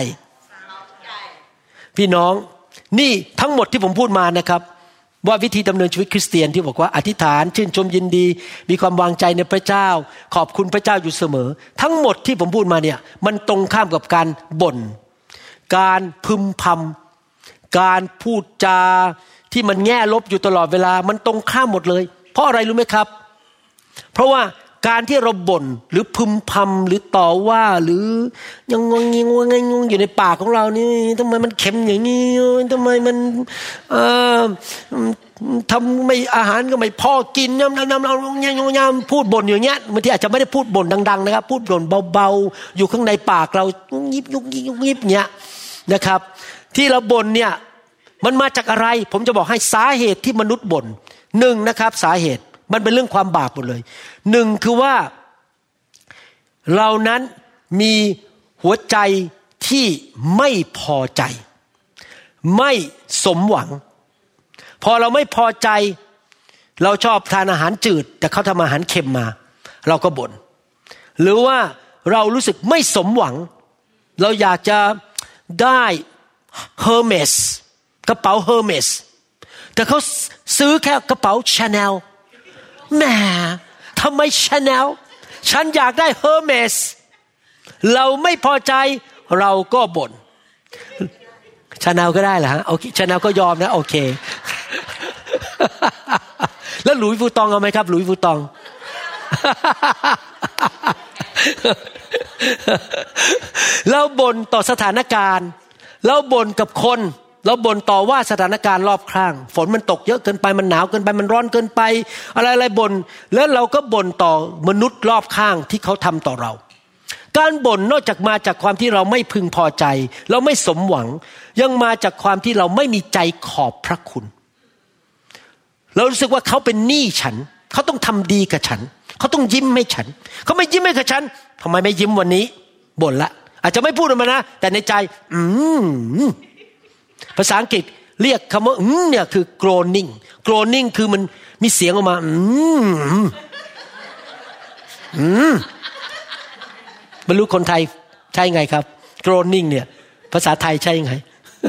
พี่น้องนี่ทั้งหมดที่ผมพูดมานะครับว่าวิธีดำเนินชีวิตคริสเตียนที่บอกว่าอธิษฐานชื่นชมยินดีมีความวางใจในพระเจ้าขอบคุณพระเจ้าอยู่เสมอทั้งหมดที่ผมพูดมาเนี่ยมันตรงข้ามกับการบ่นการพึมพำการพูดจาที่มันแง่ลบอยู่ตลอดเวลามันตรงข้ามหมดเลยเพราะอะไรรู้ไหมครับเพราะว่าการที่เราบ่นหรือพึมพำหรือต่อว่าหรือยังงงงิงงงงอยู่ในปากของเรานี่ทำไมมันเค็มอย่างนี้ทำไมมันเอ่อทำไม่อาหารก็ไม่พอกินน้ำน้ำน้ำน้ำพูดบ่นอย่างเงี้ยบางทีอาจจะไม่ได้พูดบ่นดังๆนะครับพูดบ่นเบาๆอยู่ข้างในปากเรายิบยุกยิบยุกยิบเงี้ยนะครับที่เราบ่นเนี่ยมันมาจากอะไรผมจะบอกให้สาเหตุที่มนุษย์บ่นหนึ่งนะครับสาเหตุมันเป็นเรื่องความบาปหมดเลยหนึ่งคือว่าเรานั้นมีหัวใจที่ไม่พอใจไม่สมหวังพอเราไม่พอใจเราชอบทานอาหารจืดแต่เขาทำอาหารเค็มมาเราก็บ่นหรือว่าเรารู้สึกไม่สมหวังเราอยากจะได้เฮอร์เมสกระเป๋าเฮอร์เมสแต่เขาซื้อแค่กระเป๋าชาแนลแหมทำไมชาแนลฉันอยากได้เฮอร์เมสเราไม่พอใจเราก็บ่นชาแนลก็ได้เหรอฮะโอเคชาแนลก็ยอมนะโอเค แล้วหลุยส์วูตองเอาไหมครับหลุยส์วูตอง เราบ่นต่อสถานการณ์เราบ่นกับคนเราบ่นต่อว่าสถานการณ์รอบข้างฝนมันตกเยอะเกินไปมันหนาวเกินไปมันร้อนเกินไปอะไรๆบ่นแล้วเราก็บ่นต่อมนุษย์รอบข้างที่เขาทำต่อเราการบ่นนอกจากมาจากความที่เราไม่พึงพอใจเราไม่สมหวังยังมาจากความที่เราไม่มีใจขอบพระคุณเรารู้สึกว่าเขาเป็นหนี้ฉันเขาต้องทำดีกับฉันเขาต้องยิ้มให้ฉันเขาไม่ยิ้มให้กับฉันทำไมไม่ยิ้มวันนี้บ่นละอาจจะไม่พูดออกมานะแต่ในใจอืมภาษาอังกฤษเรียกคำว่าอืมเนี่ยคือ groaning groaning คือมันมีเสียงออกมาอืมอืมไม่รู้คนไทยใช่ไงครับ groaning เนี่ยภาษาไทยใช่ยังไง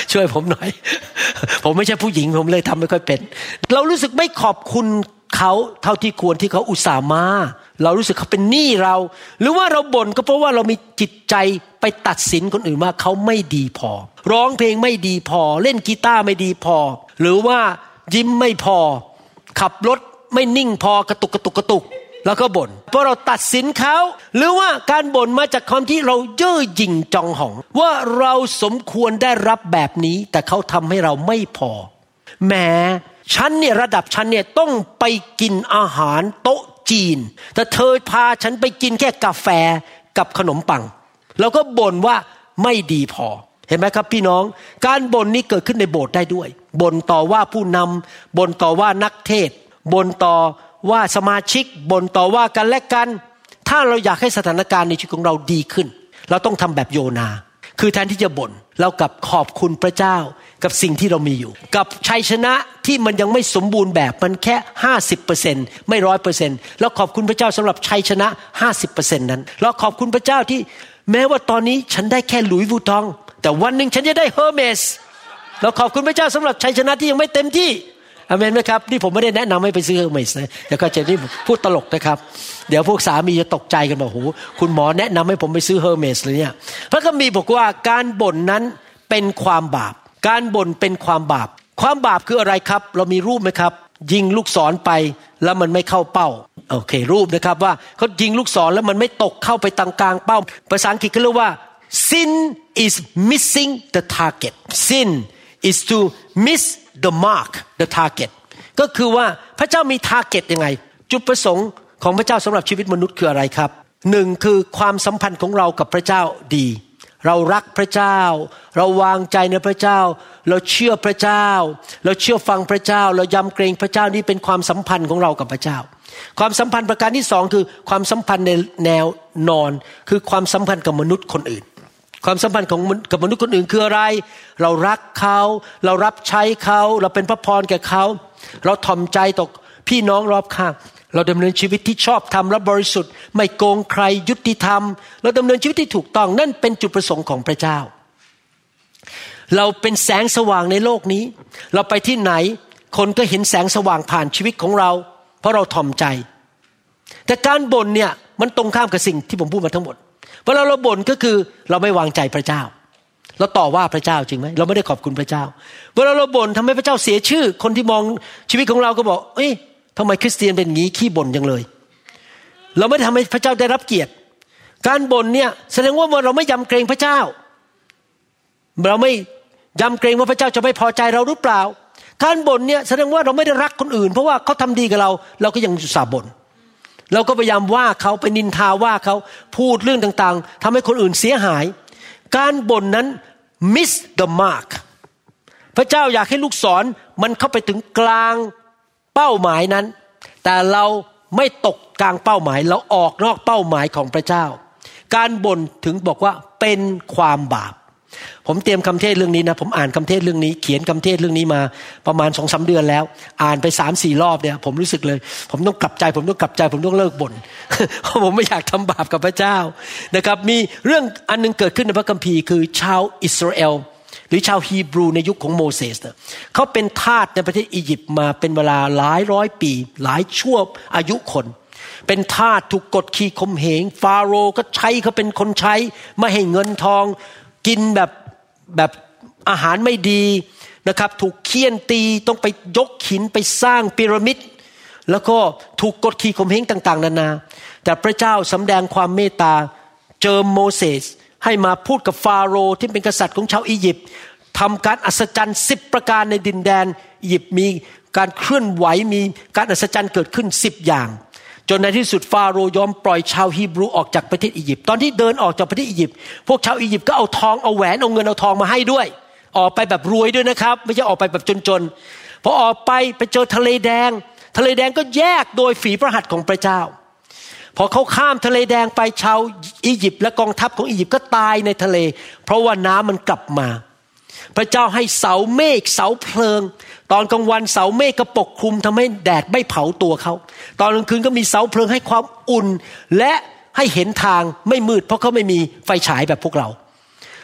ช่วยผมหน่อยผมไม่ใช่ผู้หญิงผมเลยทำไม่ค่อยเป็นเรารู้สึกไม่ขอบคุณเขาเท่าที่ควรที่เขาอุตส่าห์มาเรารู้สึกเขาเป็นหนี้เราหรือว่าเราบ่นก็เพราะว่าเรามีจิตใจไปตัดสินคนอื่นว่าเขาไม่ดีพอร้องเพลงไม่ดีพอเล่นกีตาร์ไม่ดีพอหรือว่ายิ้มไม่พอขับรถไม่นิ่งพอกระตุกกระตุกกระตุกแล้วก็บ่นเพราะเราตัดสินเขาหรือว่าการบ่นมาจากความที่เราเย่อหยิ่งจองหองว่าเราสมควรได้รับแบบนี้แต่เขาทำให้เราไม่พอแหมฉันเนี่ยระดับฉันเนี่ยต้องไปกินอาหารโต๊ะจีนแต่เธอพาฉันไปกินแค่กาแฟกับขนมปังเราก็บ่นว่าไม่ดีพอเห็นไหมครับพี่น้องการบ่นนี้เกิดขึ้นในโบสถ์ได้ด้วยบ่นต่อว่าผู้นำบ่นต่อว่านักเทศน์บ่นต่อว่าสมาชิกบ่นต่อว่ากันและกันถ้าเราอยากให้สถานการณ์ในชีวิตของเราดีขึ้นเราต้องทำแบบโยนาคือแทนที่จะบ่นเรากลับขอบคุณพระเจ้ากับสิ่งที่เรามีอยู่กับชัยชนะที่มันยังไม่สมบูรณ์แบบมันแค่ ห้าสิบเปอร์เซ็นต์ ไม่ หนึ่งร้อยเปอร์เซ็นต์ แล้วขอบคุณพระเจ้าสำหรับชัยชนะ ห้าสิบเปอร์เซ็นต์ นั้นเราขอบคุณพระเจ้าที่แม้ว่าตอนนี้ฉันได้แค่หลุยส์วูตองแต่วันนึงฉันจะได้เฮอร์เมสเราขอบคุณพระเจ้าสำหรับชัยชนะที่ยังไม่เต็มที่อาเมนไหมครับนี่ผมไม่ได้แนะนำให้ไปซื้อเฮอร์เมสนะเดี๋ยวก็จะนี่พูดตลกนะครับเดี๋ยวพวกสามีจะตกใจกันบอกโหคุณหมอแนะนำให้ผมไปซื้อเฮอร์เมสเลยเนี่ยพระคัมภีร์บอกว่าการบ่นนั้นเป็นความบาปการบ่นเป็นความบาปความบาปคืออะไรครับเรามีรูปไหมครับยิงลูกศรไปแล้วมันไม่เข้าเป้าโอเครูปนะครับว่าเขายิงลูกศรแล้วมันไม่ตกเข้าไปตรงกลางเป้าภาษาอังกฤษเขาเรียกว่า sin is missing the target sin is to miss the mark the target ก็คือว่าพระเจ้ามี target ยังไงจุดประสงค์ของพระเจ้าสำหรับชีวิตมนุษย์คืออะไรครับหนึ่งคือความสัมพันธ์ของเรากับพระเจ้าดีเรารักพระเจ้าเราวางใจในพระเจ้าเราเชื่อพระเจ้าเราเชื่อฟังพระเจ้าเรายำเกรงพระเจ้านี่เป็นความสัมพันธ์ของเรากับพระเจ้าความสัมพันธ์ประการที่สองคือความสัมพันธ์ในแนวนอนคือความสัมพันธ์กับมนุษย์คนอื่นความสัมพันธ์ของกับมนุษย์คนอื่นคืออะไรเรารักเขาเรารับใช้เขาเราเป็นพระพรแก่เขาเราถ่อมใจต่อพี่น้องรอบข้างเราดำเนินชีวิตที่ชอบธรรมและบริสุทธิ์ไม่โกงใครยุติธรรมเราดำเนินชีวิตที่ถูกต้องนั่นเป็นจุดประสงค์ของพระเจ้าเราเป็นแสงสว่างในโลกนี้เราไปที่ไหนคนก็เห็นแสงสว่างผ่านชีวิตของเราเพราะเราถ่อมใจแต่การบ่นเนี่ยมันตรงข้ามกับสิ่งที่ผมพูดมาทั้งหมดเวลาเราบ่นก็คือเราไม่วางใจพระเจ้าเราต่อว่าพระเจ้าจริงไหมเราไม่ได้ขอบคุณพระเจ้าเวลาเราบ่นทำให้พระเจ้าเสียชื่อคนที่มองชีวิตของเราก็บอกเอ้ยทำไมคริสเตียนเป็นอย่างนี้ขี้บ่นจังเลยเราไม่ทำให้พระเจ้าได้รับเกียรติการบ่นเนี่ยแสดงว่าเราไม่ยำเกรงพระเจ้าเราไม่ยำเกรงว่าพระเจ้าจะไม่พอใจเราหรือเปล่าการบ่นเนี่ยแสดงว่าเราไม่ได้รักคนอื่นเพราะว่าเขาทำดีกับเราเราก็ยังอุตส่าห์บ่นเราก็พยายามว่าเขาไปนินทาว่าเขาพูดเรื่องต่างๆทำให้คนอื่นเสียหายการบ่นนั้น miss the mark พระเจ้าอยากให้ลูกศรมันเข้าไปถึงกลางเป้าหมายนั้นแต่เราไม่ตกกลางเป้าหมายเราออกนอกเป้าหมายของพระเจ้าการบ่นถึงบอกว่าเป็นความบาปผมเตรียมคำเทศเรื่องนี้นะผมอ่านคำเทศเรื่องนี้เขียนคำเทศเรื่องนี้มาประมาณ สองสาม เดือนแล้วอ่านไป สามสี่ รอบเนี่ยผมรู้สึกเลยผมต้องกลับใจผมต้องกลับใจผมต้องเลิกบ่น เพราะผมไม่อยากทำบาปกับพระเจ้านะครับมีเรื่องอันนึงเกิดขึ้นในพระคัมภีร์คือชาวอิสราเอลหรือชาวฮีบรูในยุคของโมเสสเขาเป็นทาสในประเทศอียิปต์มาเป็นเวลาหลายร้อยปีหลายชั่วอายุคนเป็นทาสถูกกดขี่ข่มเหงฟาโรห์ก็ใช้เขาเป็นคนใช้ไม่ให้เงินทองกินแบบแบบอาหารไม่ดีนะครับถูกเคี่ยนตีต้องไปยกหินไปสร้างพีระมิดแล้วก็ถูกกดขี่ข่มเหงต่างๆนานาแต่พระเจ้าสำแดงความเมตตาเจิมโมเสสให้มาพูดกับฟาโรห์ที่เป็นกษัตริย์ของชาวอียิปต์ทำการอัศจรรย์สิบประการในดินแดนอียิปต์มีการเคลื่อนไหวมีการอัศจรรย์เกิดขึ้นสิบอย่างจนในที่สุดฟาโรห์ยอมปล่อยชาวฮีบรูออกจากประเทศอียิปต์ตอนที่เดินออกจากประเทศอียิปต์พวกชาวอียิปต์ก็เอาทองเอาแหวนเอาเงินเอาทองมาให้ด้วยออกไปแบบรวยด้วยนะครับไม่ใช่ออกไปแบบจนๆพอออกไปไปเจอทะเลแดงทะเลแดงก็แยกโดยฝีพระหัตถ์ของพระเจ้าพอเขาข้ามทะเลแดงไปชาวอียิปต์และกองทัพของอียิปต์ก็ตายในทะเลเพราะว่าน้ำมันกลับมาพระเจ้าให้เสาเมฆเสาเพลิงตอนกลางวันเสาเมฆก็ปกคลุมทำให้แดดไม่เผาตัวเขาตอนกลางคืนก็มีเสาเพลิงให้ความอุ่นและให้เห็นทางไม่มืดเพราะเขาไม่มีไฟฉายแบบพวกเรา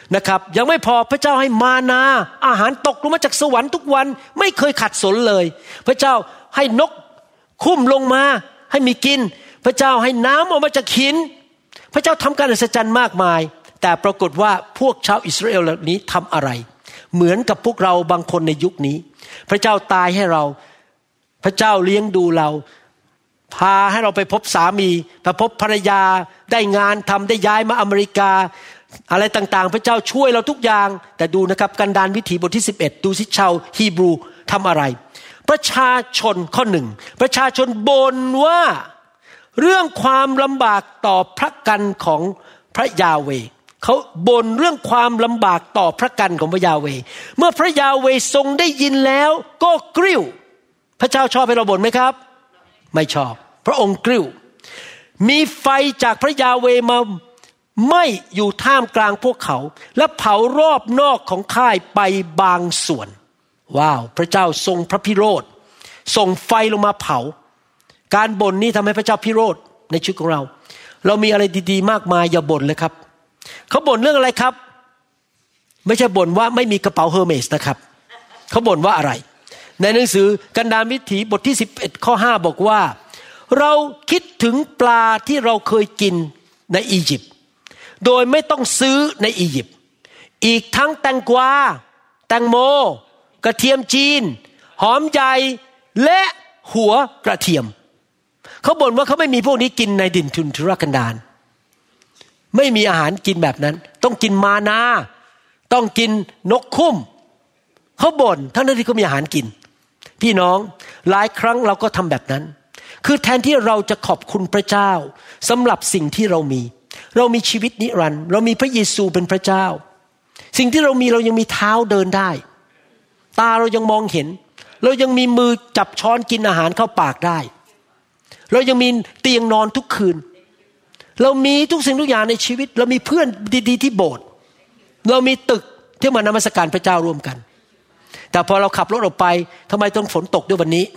นะครับยังไม่พอพระเจ้าให้มานาอาหารตกลงมาจากสวรรค์ทุกวันไม่เคยขัดสนเลยพระเจ้าให้นกคุ้มลงมาให้มีกินพระเจ้าให้น้ำออกมาจากหินพระเจ้าทำการอัศจรรย์มากมายแต่ปรากฏว่าพวกชาวอิสราเอลเหล่านี้ทำอะไรเหมือนกับพวกเราบางคนในยุคนี้พระเจ้าตายให้เราพระเจ้าเลี้ยงดูเราพาให้เราไปพบสามีไปพบภรรยาได้งานทำได้ย้ายมาอเมริกาอะไรต่างๆพระเจ้าช่วยเราทุกอย่างแต่ดูนะครับกันดารวิถีบทที่สิบเอ็ดดูสิชาวฮีบรูทำอะไรประชาชนข้อหนึ่งประชาชนบ่นว่าเรื่องความลำบากต่อพระกันของพระยาเวห์เขาบ่นเรื่องความลำบากต่อพระกันของพระยาเวห์เมื่อพระยาเวห์ทรงได้ยินแล้วก็กริ้วพระเจ้าชอบให้เราบ่นไหมครับไม่ชอบพระองค์กริ้วมีไฟจากพระยาเวห์มาไหม้อยู่ท่ามกลางพวกเขาและเผารอบนอกของค่ายไปบางส่วนว้าวพระเจ้าทรงพระพิโรธส่งไฟลงมาเผาการบ่นนี้ทำให้พระเจ้าพิโรธในชีวิตของเราเรามีอะไรดีๆมากมายอย่าบ่นเลยครับเขาบ่นเรื่องอะไรครับไม่ใช่บ่นว่าไม่มีกระเป๋าเฮอร์เมสนะครับเขาบ่นว่าอะไรในหนังสือกันดารวิถีบทที่สิบเอ็ดข้อห้าบอกว่าเราคิดถึงปลาที่เราเคยกินในอียิปต์โดยไม่ต้องซื้อในอียิปต์อีกทั้งแตงกวาแตงโมกระเทียมจีนหอมใหญ่และหัวกระเทียมเขาบ่นว่าเขาไม่มีพวกนี้กินในดินทุนทุรกันดารไม่มีอาหารกินแบบนั้นต้องกินมานาต้องกินนกคุ้มเขาบ่นทั้งที่เขามีอาหารกินพี่น้องหลายครั้งเราก็ทำแบบนั้นคือแทนที่เราจะขอบคุณพระเจ้าสำหรับสิ่งที่เรามีเรามีชีวิตนิรันดร์เรามีพระเยซูเป็นพระเจ้าสิ่งที่เรามีเรายังมีเท้าเดินได้ตาเรายังมองเห็นเรายังมีมือจับช้อนกินอาหารเข้าปากได้เรายังมีเตียงนอนทุกคืนเรามีทุกสิ่งทุกอย่างในชีวิตเรามีเพื่อนดีๆที่โบสถ์เรามีตึกที่มานมัสการพระเจ้าร่วมกันแต่พอเราขับรถออกไปทำไมต้องฝนตกด้วยวันนี้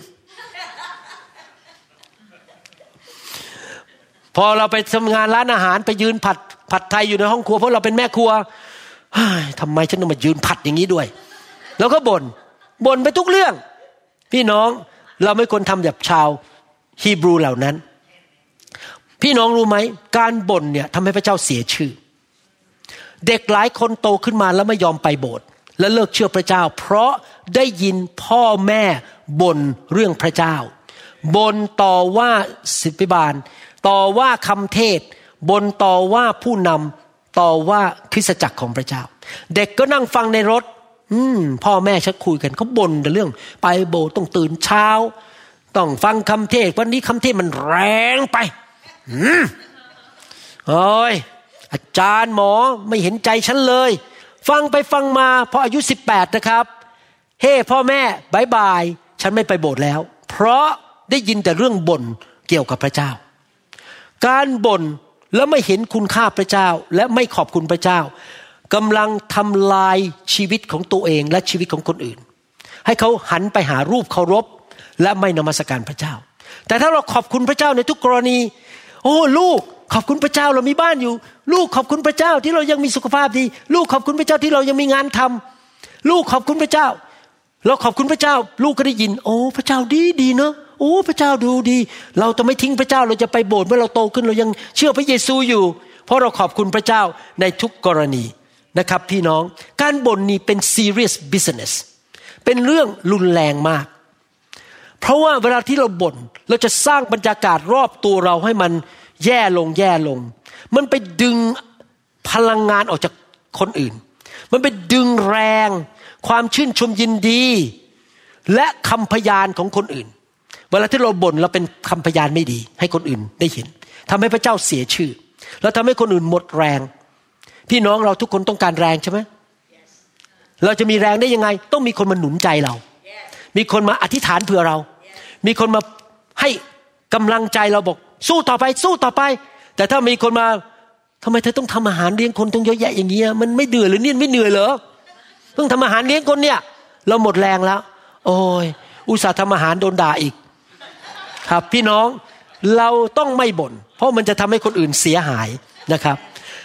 พอเราไปทำงานร้านอาหารไปยืนผัดผัดไทยอยู่ในห้องครัวเพราะเราเป็นแม่ครัวทำไมฉันต้องมายืนผัดอย่างนี้ด้วยแล้วก็บ่นบ่นไปทุกเรื่องพี่น้องเราไม่ควรทำแบบชาวฮีบรูเหล่านั้นพี่น้องรู้ไหมการบ่นเนี่ยทำให้พระเจ้าเสียชื่อเด็กหลายคนโตขึ้นมาแล้วไม่ยอมไปโบสถ์และเลิกเชื่อพระเจ้าเพราะได้ยินพ่อแม่บ่นเรื่องพระเจ้าบ่นต่อว่าศิษยาบาลต่อว่าคำเทศบ่นต่อว่าผู้นำต่อว่าคริสตจักรของพระเจ้าเด็กก็นั่งฟังในรถอืมพ่อแม่ชักคุยกันเขาบ่นแต่เรื่องไปโบสถ์ต้องตื่นเช้าต้องฟังคำเทศวันนี้คำเทศมันแรงไปอืมโอ้ยอาจารย์หมอไม่เห็นใจฉันเลยฟังไปฟังมาพออายุสิบแปดนะครับเฮ้ hey, พ่อแม่บายบายฉันไม่ไปโบสถ์แล้วเพราะได้ยินแต่เรื่องบ่นเกี่ยวกับพระเจ้าการบ่นแล้วไม่เห็นคุณค่าพระเจ้าและไม่ขอบคุณพระเจ้ากำลังทำลายชีวิตของตัวเองและชีวิตของคนอื่นให้เขาหันไปหารูปเคารพและไม่นมัสการพระเจ้าแต่ถ้าเราขอบคุณพระเจ้าในทุกกรณีโอ้ลูกขอบคุณพระเจ้าเรามีบ้านอยู่ลูกขอบคุณพระเจ้าที่เรายังมีสุขภาพดีลูกขอบคุณพระเจ้าที่เรายังมีงานทำลูกขอบคุณพระเจ้าเราขอบคุณพระเจ้าลูกก็ได้ยินโอ้พระเจ้าดีดีเนาะโอ้พระเจ้าดูดีเราจะไม่ทิ้งพระเจ้าเราจะไปโบสถ์เมื่อเราโตขึ้นเรายังเชื่อพระเยซูอยู่เพราะเราขอบคุณพระเจ้าในทุกกรณีนะครับพี่น้องการบ่นนี่เป็น serious business เป็นเรื่องรุนแรงมากเพราะว่าเวลาที่เราบ่นเราจะสร้างบรรยากาศรอบตัวเราให้มันแย่ลงแย่ลงมันไปดึงพลังงานออกจากคนอื่นมันไปดึงแรงความชื่นชมยินดีและคำพยานของคนอื่นเวลาที่เราบ่นเราเป็นคำพยานไม่ดีให้คนอื่นได้เห็นทำให้พระเจ้าเสียชื่อแล้วทำให้คนอื่นหมดแรงพี่น้องเราทุกคนต้องการแรงใช่ไหม yes. เราจะมีแรงได้ยังไงต้องมีคนมาหนุนใจเรา yes. มีคนมาอธิษฐานเผื่อเรา yes. มีคนมาให้กำลังใจเราบอกสู้ต่อไปสู้ต่อไปแต่ถ้ามีคนมาทำไมเธอต้องทำอาหารเลี้ยงคนต้องเยอะแยะอย่างเงี้ยมันไม่เหนื่อยหรือเนี่ยไม่เหนื่อยเหรอต้องทำอาหารเลี้ยงคนเนี่ยเราหมดแรงแล้วโอ้ยอุตส่าห์ทำอาหารโดนด่าอีกครับพี่น้องเราต้องไม่บ่นเพราะมันจะทำให้คนอื่นเสียหายนะครับ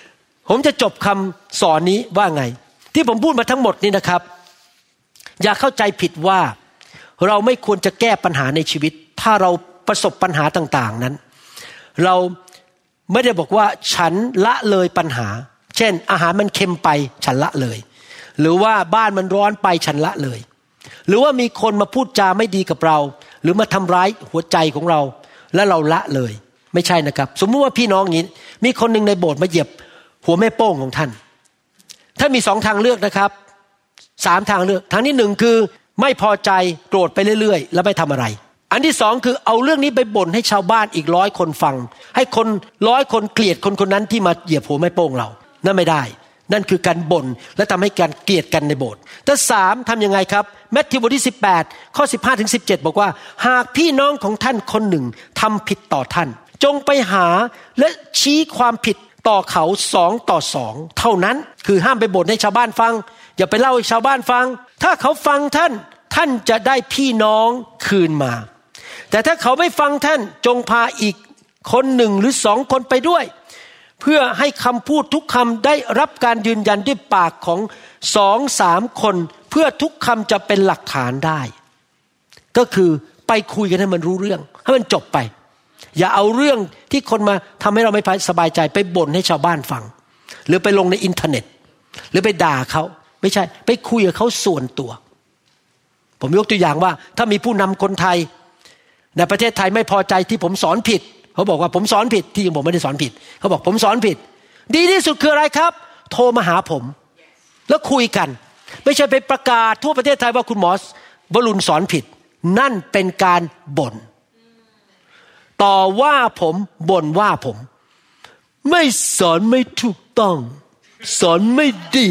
ผมจะจบคำสอนนี้ว่าไงที่ผมพูดมาทั้งหมดนี่นะครับอย่าเข้าใจผิดว่าเราไม่ควรจะแก้ปัญหาในชีวิตถ้าเราประสบปัญหาต่างๆนั้นเราไม่ได้บอกว่าฉันละเลยปัญหาเช่นอาหารมันเค็มไปฉันละเลยหรือว่าบ้านมันร้อนไปฉันละเลยหรือว่ามีคนมาพูดจาไม่ดีกับเราหรือมาทำร้ายหัวใจของเราแล้วเราละเลยไม่ใช่นะครับสมมุติว่าพี่น้องนี้มีคนหนึ่งในโบสถ์มาเหยียบหัวแม่โป้งของท่านถ้ามีสองทางเลือกนะครับสามทางเลือกทางที่หนึ่งคือไม่พอใจโกรธไปเรื่อยๆแล้วไม่ทำอะไรอันที่สองคือเอาเรื่องนี้ไปบ่นให้ชาวบ้านอีกร้อยคนฟังให้คนร้อยคนเกลียดคนคนนั้นที่มาเหยียบหัวแม่โป้งเรานั่นไม่ได้นั่นคือการบ่นและทำให้การเกลียดกันในโบสถ์แต่สามทำยังไงครับมัทธิวบทที่สิบแปดข้อสิบห้าถึงสิบเจ็ดบอกว่าหากพี่น้องของท่านคนหนึ่งทำผิดต่อท่านจงไปหาและชี้ความผิดต่อเขาสองต่อสองเท่านั้นคือห้ามไปบ่นให้ชาวบ้านฟังอย่าไปเล่าให้ชาวบ้านฟังถ้าเขาฟังท่านท่านจะได้พี่น้องคืนมาแต่ถ้าเขาไม่ฟังท่านจงพาอีกคนหนึ่งหรือสองคนไปด้วยเพื่อให้คำพูดทุกคำได้รับการยืนยันด้วยปากของสองสามคนเพื่อทุกคำจะเป็นหลักฐานได้ก็คือไปคุยกันให้มันรู้เรื่องให้มันจบไปอย่าเอาเรื่องที่คนมาทำให้เราไม่สบายใจไปบ่นให้ชาวบ้านฟังหรือไปลงในอินเทอร์เน็ตหรือไปด่าเขาไม่ใช่ไปคุยกับเขาส่วนตัวผมยกตัวอย่างว่าถ้ามีผู้นำคนไทยในประเทศไทยไม่พอใจที่ผมสอนผิดเขาบอกว่าผมสอนผิดที่จริงผมไม่ได้สอนผิดเขาบอกผมสอนผิดดีที่สุดคืออะไรครับโทรมาหาผมแล้วคุยกันไม่ใช่ไปประกาศทั่วประเทศไทยว่าคุณหมอวรุณสอนผิดนั่นเป็นการบ่นต่อว่าผมบ่นว่าผมไม่สอนไม่ถูกต้องสอนไม่ดี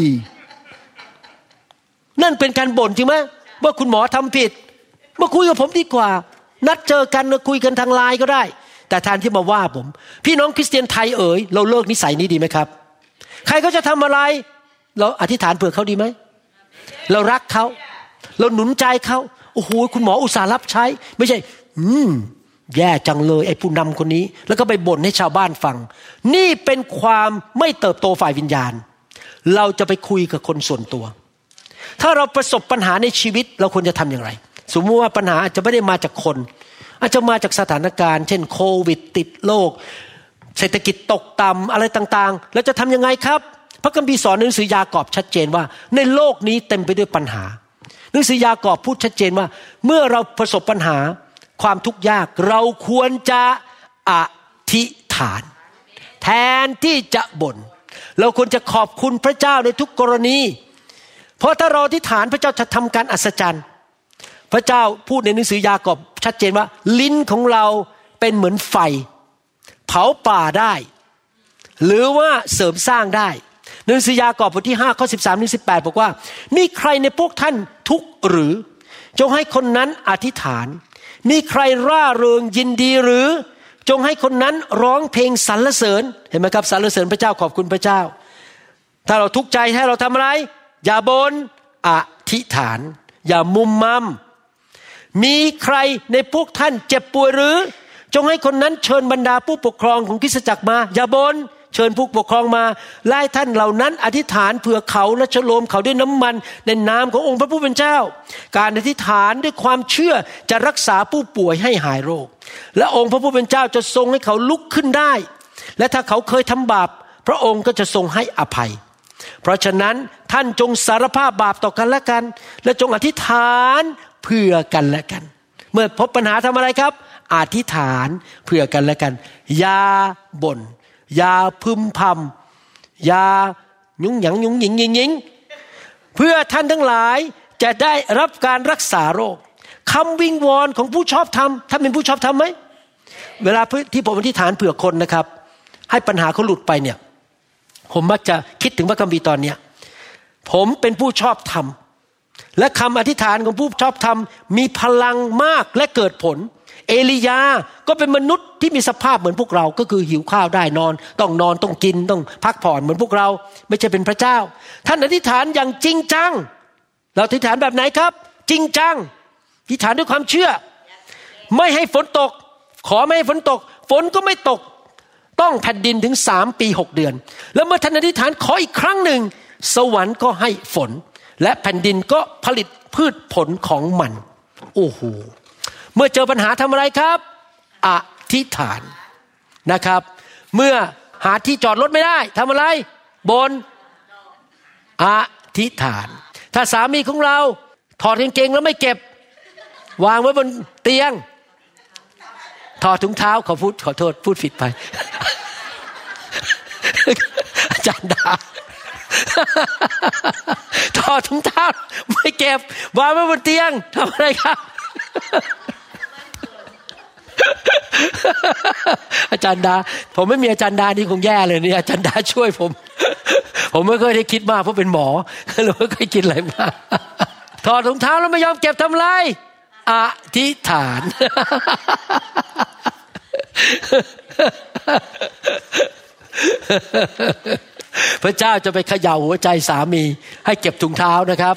นั่นเป็นการบ่นจริงไหมว่าคุณหมอทำผิดมาคุยกับผมดีกว่านัดเจอกันมาคุยกันทางไลน์ก็ได้แต่แทนที่มาว่าผมพี่น้องคริสเตียนไทยเอ๋ยเราเลิกนิสัยนี้ดีไหมครับใครเขาจะทำอะไรเราอธิษฐานเผื่อเขาดีไหมเรารักเขาเราหนุนใจเขาโอ้โหคุณหมออุตส่าห์รับใช้ไม่ใช่อืมแย่จังเลยไอ้ผู้นำคนนี้แล้วก็ไปบ่นให้ชาวบ้านฟังนี่เป็นความไม่เติบโตฝ่ายวิญญาณเราจะไปคุยกับคนส่วนตัวถ้าเราประสบปัญหาในชีวิตเราควรจะทำอย่างไรสมมติว่าปัญหาอาจจะไม่ได้มาจากคนอาจจะมาจากสถานการณ์เช่นโควิดติดโรคเศรษฐกิจตกต่ำอะไรต่างๆแล้วจะทำยังไงครับพระคัมภีร์สอนในหนังสือยากอบชัดเจนว่าในโลกนี้เต็มไปด้วยปัญหาหนังสือยากอบพูดชัดเจนว่าเมื่อเราประสบปัญหาความทุกข์ยากเราควรจะอธิษฐานแทนที่จะบ่นเราควรจะขอบคุณพระเจ้าในทุกกรณีเพราะถ้าเราอธิษฐานพระเจ้าจะทำการอัศจรรย์พระเจ้าพูดในหนังสือยากอบชัดเจนว่าลิ้นของเราเป็นเหมือนไฟเผาป่าได้หรือว่าเสริมสร้างได้หนังสือยากอบบทที่ห้าข้อสิบสามถึงสิบแปดบอกว่ามีใครในพวกท่านทุกข์หรือจงให้คนนั้นอธิษฐานมีใครร่าเริงยินดีหรือจงให้คนนั้นร้องเพลงสรรเสริญเห็นไหมครับสรรเสริญพระเจ้าขอบคุณพระเจ้าถ้าเราทุกข์ใจให้เราทำอะไรอย่าบ่นอธิษฐานอย่ามุมมัมมีใครในพวกท่านเจ็บป่วยหรือจงให้คนนั้นเชิญบรรดาผู้ปกครองของคริสตจักรมาอย่าบ่นเชิญผู้ปกครองมาไล่ท่านเหล่านั้นอธิษฐานเผื่อเขาและฉโลมเขาด้วยน้ำมันในนามขององค์พระผู้เป็นเจ้าการอธิษฐานด้วยความเชื่อจะรักษาผู้ป่วยให้หายโรคและองค์พระผู้เป็นเจ้าจะทรงให้เขาลุกขึ้นได้และถ้าเขาเคยทำบาปพระองค์ก็จะทรงให้อภัยเพราะฉะนั้นท่านจงสารภาพบาปต่อกันและกันและจงอธิษฐานเผื่อกันและกันเมื่อพบปัญหาทำอะไรครับอธิษฐานเผื่อกันและกันอย่าบ่นอย่าพึมพำอย่ายุ่งหยังยุ่งหยิงยิงยิงเพื่อท่านทั้งหลายจะได้รับการรักษาโรคคำวิงวอนของผู้ชอบธรรมท่านเป็นผู้ชอบธรรมไหมเวลาที่ผมอธิษฐานเผื่อคนนะครับให้ปัญหาเขาหลุดไปเนี่ยผมมักจะคิดถึงพระคัมภีร์ตอนเนี้ยผมเป็นผู้ชอบธรรมและคำอธิษฐานของผู้ชอบธรรมมีพลังมากและเกิดผลเอลียาก็เป็นมนุษย์ที่มีสภาพเหมือนพวกเราก็คือหิวข้าวได้นอนต้องนอนต้องกินต้องพักผ่อนเหมือนพวกเราไม่ใช่เป็นพระเจ้าท่านอธิษฐานอย่างจริงจังเราอธิษฐานแบบไหนครับจริงจังอธิษฐานด้วยความเชื่อไม่ให้ฝนตกขอไม่ให้ฝนตกฝนก็ไม่ตกต้องแผ่นดินถึงสามปีหกเดือนแล้วเมื่อท่านอธิษฐานขออีกครั้งหนึ่งสวรรค์ก็ให้ฝนและแผ่นดินก็ผลิตพืชผลของมันโอ้โหเมื่อเจอปัญหาทำอะไรครับอธิษฐานนะครับเมื่อหาที่จอดรถไม่ได้ทำอะไรบนอธิษฐานถ้าสามีของเราถอดกางเกงแล้วไม่เก็บวางไว้บนเตียงถอดถุงเท้าขอพูดขอโทษพูดผิดไป อาจารย์ดาถอดถุงเท้าไม่เก็บวางไว้บนเตียงทำอะไรครับ อาจารย์ดาผมไม่มีอาจารย์ดานี่คงแย่เลยเนี่ยอาจารย์ดาช่วยผมผมไม่เคยได้คิดมากเพราะเป็นหมอเลยไม่เคยคิดอะไรมากถอดถุงเท้าแล้วไม่ยอมเก็บทำไรอธิษฐานพระเจ้าจะไปเขย่าหัวใจสามีให้เก็บถุงเท้านะครับ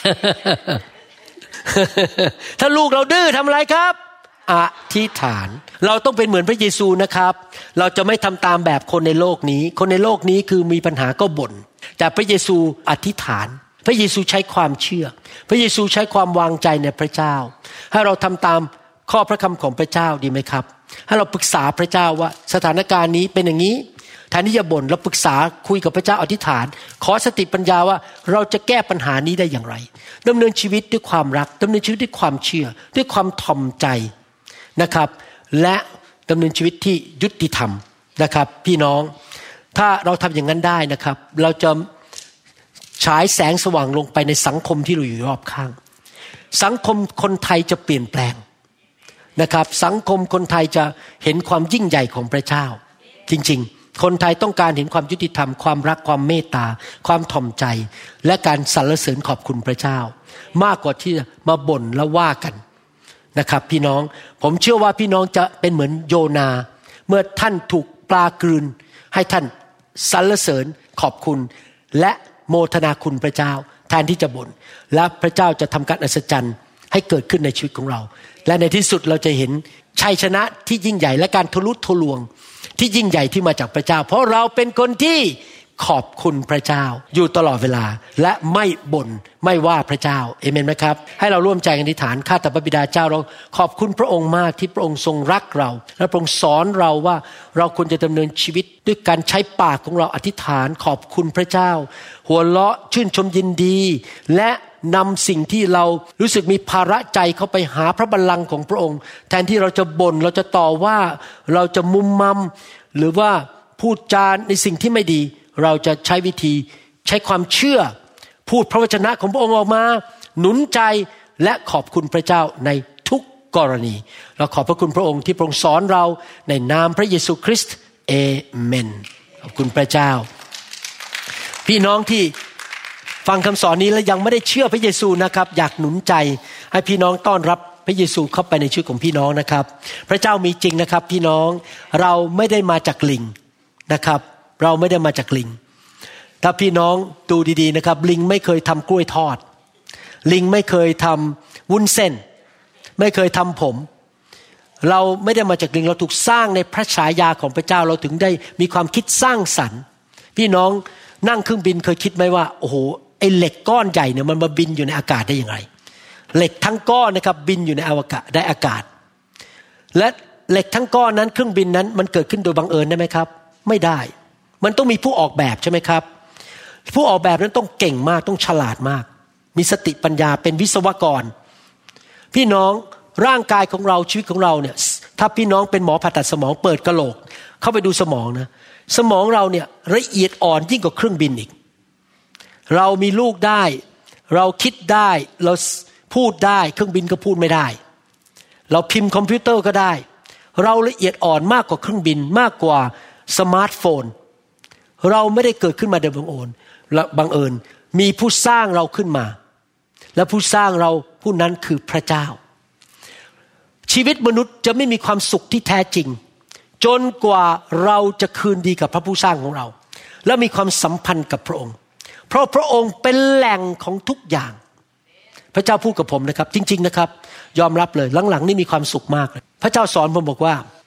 ถ้าลูกเราดื้อทำอะไรครับอธิษฐานเราต้องเป็นเหมือนพระเยซูนะครับเราจะไม่ทำตามแบบคนในโลกนี้คนในโลกนี้คือมีปัญหาก็บ่นแต่พระเยซูอธิษฐานพระเยซูใช้ความเชื่อพระเยซูใช้ความวางใจในพระเจ้าให้เราทำตามข้อพระคำของพระเจ้าดีไหมครับให้เราปรึกษาพระเจ้าว่าสถานการณ์นี้เป็นอย่างนี้แทนที่จะบ่นเราปรึกษาคุยกับพระเจ้าอธิษฐานขอสติปัญญาว่าเราจะแก้ปัญหานี้ได้อย่างไรดำเนินชีวิตด้วยความรักดำเนินชีวิตด้วยความเชื่อด้วยความถ่อมใจนะครับและดำเนินชีวิตที่ยุติธรรมนะครับพี่น้องถ้าเราทำอย่างนั้นได้นะครับเราจะฉายแสงสว่างลงไปในสังคมที่เราอยู่รอบข้างสังคมคนไทยจะเปลี่ยนแปลงนะครับสังคมคนไทยจะเห็นความยิ่งใหญ่ของพระเจ้าจริงๆคนไทยต้องการเห็นความยุติธรรมความรักความเมตตาความถ่อมใจและการสรรเสริญขอบคุณพระเจ้ามากกว่าที่มาบ่นและว่ากันนะครับพี่น้องผมเชื่อว่าพี่น้องจะเป็นเหมือนโยนาเมื่อท่านถูกปลากลืนให้ท่านสรรเสริญขอบคุณและโมทนาคุณพระเจ้าแทนที่จะบ่นและพระเจ้าจะทำการอัศจรรย์ให้เกิดขึ้นในชีวิตของเราและในที่สุดเราจะเห็นชัยชนะที่ยิ่งใหญ่และการทะลุทะลวงที่ยิ่งใหญ่ที่มาจากพระเจ้าเพราะเราเป็นคนที่ขอบคุณพระเจ้าอยู่ตลอดเวลาและไม่บ่นไม่ว่าพระเจ้าเอเมนไหมครับให้เราร่วมใจกันอธิษฐานข้าแต่พระบิดาเจ้าเราขอบคุณพระองค์มากที่พระองค์ทรงรักเราและพระองค์สอนเราว่าเราควรจะดำเนินชีวิตด้วยการใช้ปากของเราอธิษฐานขอบคุณพระเจ้าหัวเราะชื่นชมยินดีและนำสิ่งที่เรารู้สึกมีภาระใจเข้าไปหาพระบัลลังก์ของพระองค์แทนที่เราจะบ่นเราจะต่อว่าเราจะมุมมามหรือว่าพูดจาในสิ่งที่ไม่ดีเราจะใช้วิธีใช้ความเชื่อพูดพระวจนะของพระองค์ออกมาหนุนใจและขอบคุณพระเจ้าในทุกกรณีเราขอบพระคุณพระองค์ที่พระองค์สอนเราในนามพระเยซูคริสต์เอเมนขอบคุณพระเจ้าพี่น้องที่ฟังคำสอนนี้แล้วยังไม่ได้เชื่อพระเยซูนะครับอยากหนุนใจให้พี่น้องต้อนรับพระเยซูเข้าไปในชีวิตของพี่น้องนะครับพระเจ้ามีจริงนะครับพี่น้องเราไม่ได้มาจากลิงนะครับเราไม่ได้มาจากลิงถ้าพี่น้องดูดีๆนะครับลิงไม่เคยทำกล้วยทอดลิงไม่เคยทำวุ้นเส้นไม่เคยทำผมเราไม่ได้มาจากลิงเราถูกสร้างในพระฉายาของพระเจ้าเราถึงได้มีความคิดสร้างสรรค์พี่น้องนั่งเครื่องบินเคยคิดไหมว่าโอ้โหไอ้เหล็กก้อนใหญ่เนี่ยมันมาบินอยู่ในอากาศได้อย่างไรเหล็กทั้งก้อนนะครับบินอยู่ในอวกาศได้อากาศและเหล็กทั้งก้อนนั้นเครื่องบินนั้นมันเกิดขึ้นโดยบังเอิญได้ไหมครับไม่ได้มันต้องมีผู้ออกแบบใช่ไหมครับผู้ออกแบบนั้นต้องเก่งมากต้องฉลาดมากมีสติปัญญาเป็นวิศวกรพี่น้องร่างกายของเราชีวิตของเราเนี่ยถ้าพี่น้องเป็นหมอผ่าตัดสมองเปิดกะโหลกเข้าไปดูสมองนะสมองเราเนี่ยละเอียดอ่อนยิ่งกว่าเครื่องบินอีกเรามีลูกได้เราคิดได้เราพูดได้เครื่องบินก็พูดไม่ได้เราพิมพ์คอมพิวเตอร์ก็ได้เราละเอียดอ่อนมากกว่าเครื่องบินมากกว่าสมาร์ทโฟนเราไม่ได้เกิดขึ้นมาโดยบังเอิญและบังเอิญมีผู้สร้างเราขึ้นมาและผู้สร้างเราผู้นั้นคือพระเจ้าชีวิตมนุษย์จะไม่มีความสุขที่แท้จริงจนกว่าเราจะคืนดีกับพระผู้สร้างของเราและมีความสัมพันธ์กับพระองค์เพราะพระองค์เป็นแหล่งของทุกอย่างพระเจ้าพูดกับผมนะครับจริงๆนะครับยอมรับเลยหลังๆนี่มีความสุขมากเลยพระเจ้าสอนผมบอกว่า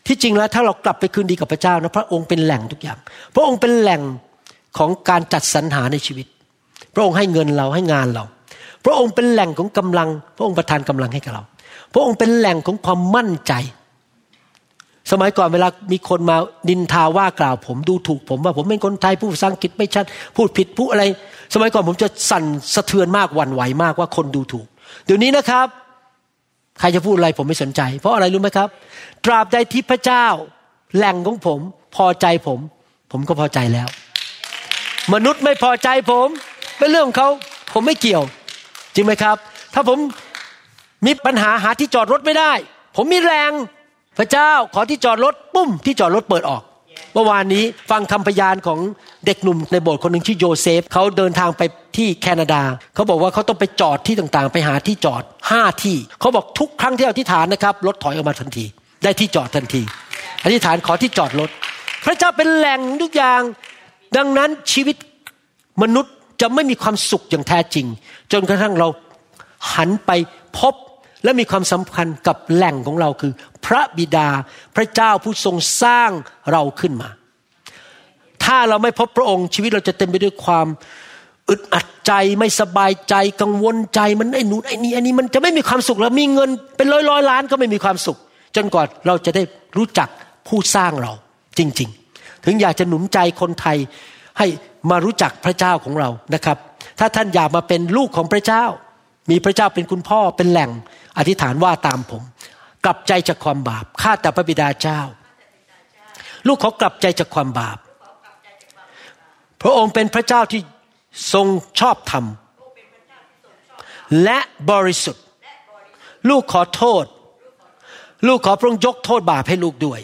ที่จริงแล้วถ้าเรากลับไปคืนดีกับพระเจ้านะพระองค์เป็นแหล่งทุกอย่างพระองค์เป็นแหล่งของการจัดสรรหาในชีวิตพระองค์ให้เงินเราให้งานเราพระองค์เป็นแหล่งของกำลังพระองค์ประทานกำลังให้กับเราพระองค์เป็นแหล่งของความมั่นใจสมัยก่อนเวลามีคนมานินทาว่ากล่าวผมดูถูกผมว่าผมเป็นคนไทยพูดภาษาอังกฤษไม่ชัดพูดผิดพูดอะไรสมัยก่อนผมจะสั่นสะเทือนมากหวั่นไหวมากว่าคนดูถูกเดี๋ยวนี้นะครับใครจะพูดอะไรผมไม่สนใจเพราะอะไรรู้ไหมครับตราบใดที่พระเจ้าแหล่งของผมพอใจผมผมก็พอใจแล้วมนุษย์ไม่พอใจผมเป็นเรื่องของเขาผมไม่เกี่ยวจริงไหมครับถ้าผมมีปัญหาหาที่จอดรถไม่ได้ผมมีแรงพระเจ้าขอที่จอดรถปุ้มที่จอดรถเปิดออกเมื่อวานนี้ฟังคำพยานของเด็กหนุ่มในโบสถ์คนหนึ่งชื่อโยเซฟเขาเดินทางไปที่แคนาดาเขาบอกว่าเขาต้องไปจอดที่ต่างๆไปหาที่จอดห้าที่เขาบอกทุกครั้งที่อธิษฐานนะครับรถถอยออกมาทันทีได้ที่จอดทันทีอธิษฐานขอที่จอดรถพระเจ้าเป็นแหล่งทุกอย่างดังนั้นชีวิตมนุษย์จะไม่มีความสุขอย่างแท้จริงจนกระทั่งเราหันไปพบและมีความสัมพันธ์กับแหล่งของเราคือพระบิดาพระเจ้าผู้ทรงสร้างเราขึ้นมาถ้าเราไม่พบพระองค์ชีวิตเราจะเต็มไปด้วยความอึดอัดใจไม่สบายใจกังวลใจมันไอ้นู่นไอ้นี่อันนี้มันจะไม่มีความสุขแล้วมีเงินเป็นร้อยร้อยล้านก็ไม่มีความสุขจนกว่าเราจะได้รู้จักผู้สร้างเราจริงๆถึงอยากจะหนุนใจคนไทยให้มารู้จักพระเจ้าของเรานะครับถ้าท่านอยากมาเป็นลูกของพระเจ้ามีพระเจ้าเป็นคุณพ่อเป็นแหล่งอธิษฐานว่าตามผมกลับใจจากความบาปข้าแต่พระบิดาเจ้าลูกขอกลับใจจากความบาปพระองค์เป็นพระเจ้าที่ทรงชอบธรรมและบริสุทธิ์ลูกขอโทษลูกขอพระองค์ยกโทษบาปให้ลูกด้วย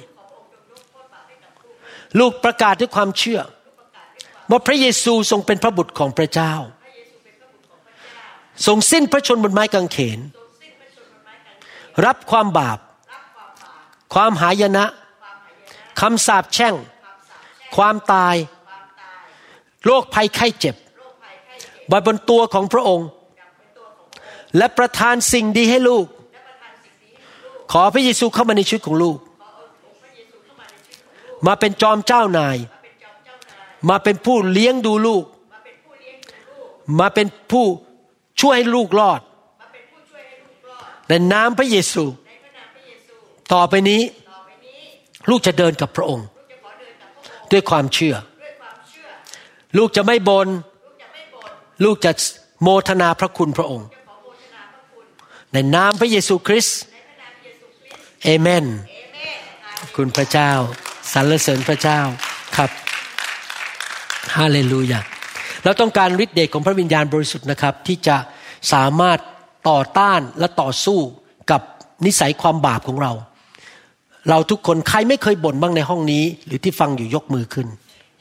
ลูกประกาศด้วยความเชื่อว่าพระเยซูทรงเป็นพระบุตรของพระเจ้าทรงสิ้นพระชนม์บนไม้กางเขนรับความบาปความหายนะคำสาปแช่งความตายโรคภัยไข้เจ็บไว้บนตัวของพระองค์และประทานสิ่งดีให้ลูกขอพระเยซูเข้ามาในชีวิตของลูกมาเป็นจอมเจ้านายมาเป็นผู้เลี้ยงดูลูกมาเป็นผู้ช่วยให้ลูกรอดในนามพระเยซูต่อไปนี้ลูกจะเดินกับพระองค์ด้วยความเชื่อลูกจะไม่บ่นลูกจะโมทนาพระคุณพระองค์ในนามพระเยซูคริสต์เอเมนขอบคุณพระเจ้าสรรเสริญพระเจ้าครับฮาเลลูยาเราต้องการฤทธิ์เดชของพระวิญญาณบริสุทธิ์นะครับที่จะสามารถต่อต้านและต่อสู้กับนิสัยความบาปของเราเราทุกคนใครไม่เคยบ่นบ้างในห้องนี้หรือที่ฟังอยู่ยกมือขึ้น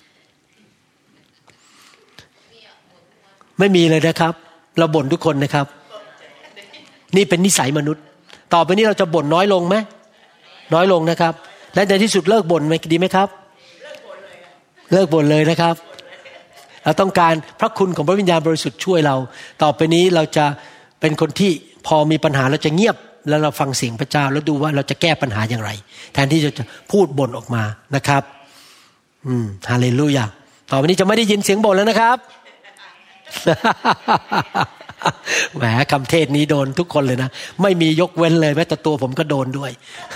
ไม่มีเลยนะครับเราบ่นทุกคนนะครับนี่เป็นนิสัยมนุษย์ต่อไปนี้เราจะบ่นน้อยลงไหมน้อยลงนะครับและในที่สุดเลิกบ่นไหมดีไหมครับเลิกบ่นเลยนะครับเราต้องการพระคุณของพระวิญญาณบริสุทธิ์ช่วยเราต่อไปนี้เราจะเป็นคนที่พอมีปัญหาเราจะเงียบแล้วเราฟังเสียงพระเจ้าแล้วดูว่าเราจะแก้ปัญหาอย่างไรแทนที่จะพูดบ่นออกมานะครับอืมฮาเลลูยาต่อไปนี้จะไม่ได้ยินเสียงบ่นแล้วนะครับ แหมคำเทศนี้โดนทุกคนเลยนะไม่มียกเว้นเลยแม้แต่ตัวผมก็โดนด้วย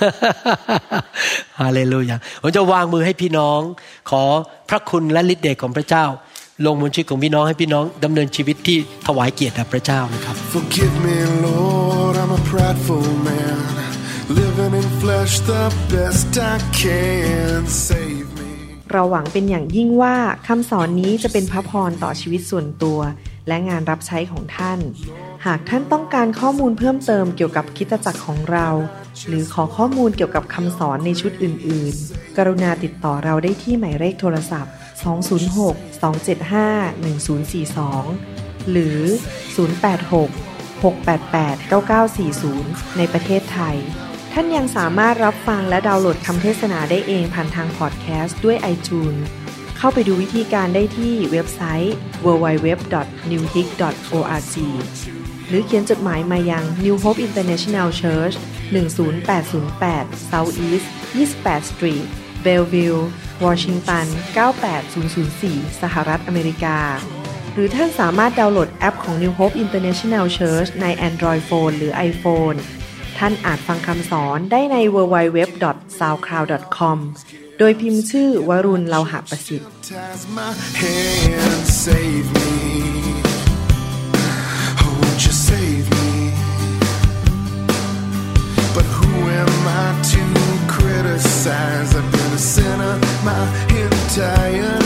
ฮาเลลูยาผมจะวางมือให้พี่น้องขอพระคุณและฤทธิ์เดชของพระเจ้าลงบนชีวิตของพี่น้องให้พี่น้องดำเนินชีวิตที่ถวายเกียรติแด่พระเจ้านะครับ Forgive me Lord I'm a prideful man living in flesh the best I can save me เราหวังเป็นอย่างยิ่งว่าคำสอนนี้จะเป็นพระพรต่อชีวิตส่วนตัวและงานรับใช้ของท่านหากท่านต้องการข้อมูลเพิ่มเติมเกี่ยวกับคริสตจักรของเราหรือขอข้อมูลเกี่ยวกับคำสอนในชุดอื่นๆกรุณาติดต่อเราได้ที่หมายเลขโทรศัพท์สอง ศูนย์ หก สอง เจ็ด ห้า หนึ่ง ศูนย์ สี่ สองหรือศูนย์ แปด หก หก แปด แปด เก้า เก้า สี่ ศูนย์ในประเทศไทยท่านยังสามารถรับฟังและดาวน์โหลดคำเทศนาได้เองผ่านทางพอดแคสต์ด้วย iTunes เข้าไปดูวิธีการได้ที่เว็บไซต์ ดับเบิลยู ดับเบิลยู ดับเบิลยู ดอท นิว โฮป ดอท โอ อาร์ จี หรือเขียนจดหมายมายัง New Hope International Church หนึ่ง ศูนย์ แปด ศูนย์ แปด South East ยี่สิบแปด Street Bellevue Washington เก้าแปดศูนย์ศูนย์สี่ สหรัฐอเมริกาหรือท่านสามารถดาวน์โหลดแอปของ New Hope International Church ใน Android Phone หรือ iPhone ท่านอาจฟังคำสอนได้ใน ดับเบิลยู ดับเบิลยู ดับเบิลยู ดอท ซาวด์คลาวด์ ดอท คอม โดยพิมพ์ชื่อวรุณ เลาหะประสิทธิ์ But who am I to criticize? I've been a sinner my entire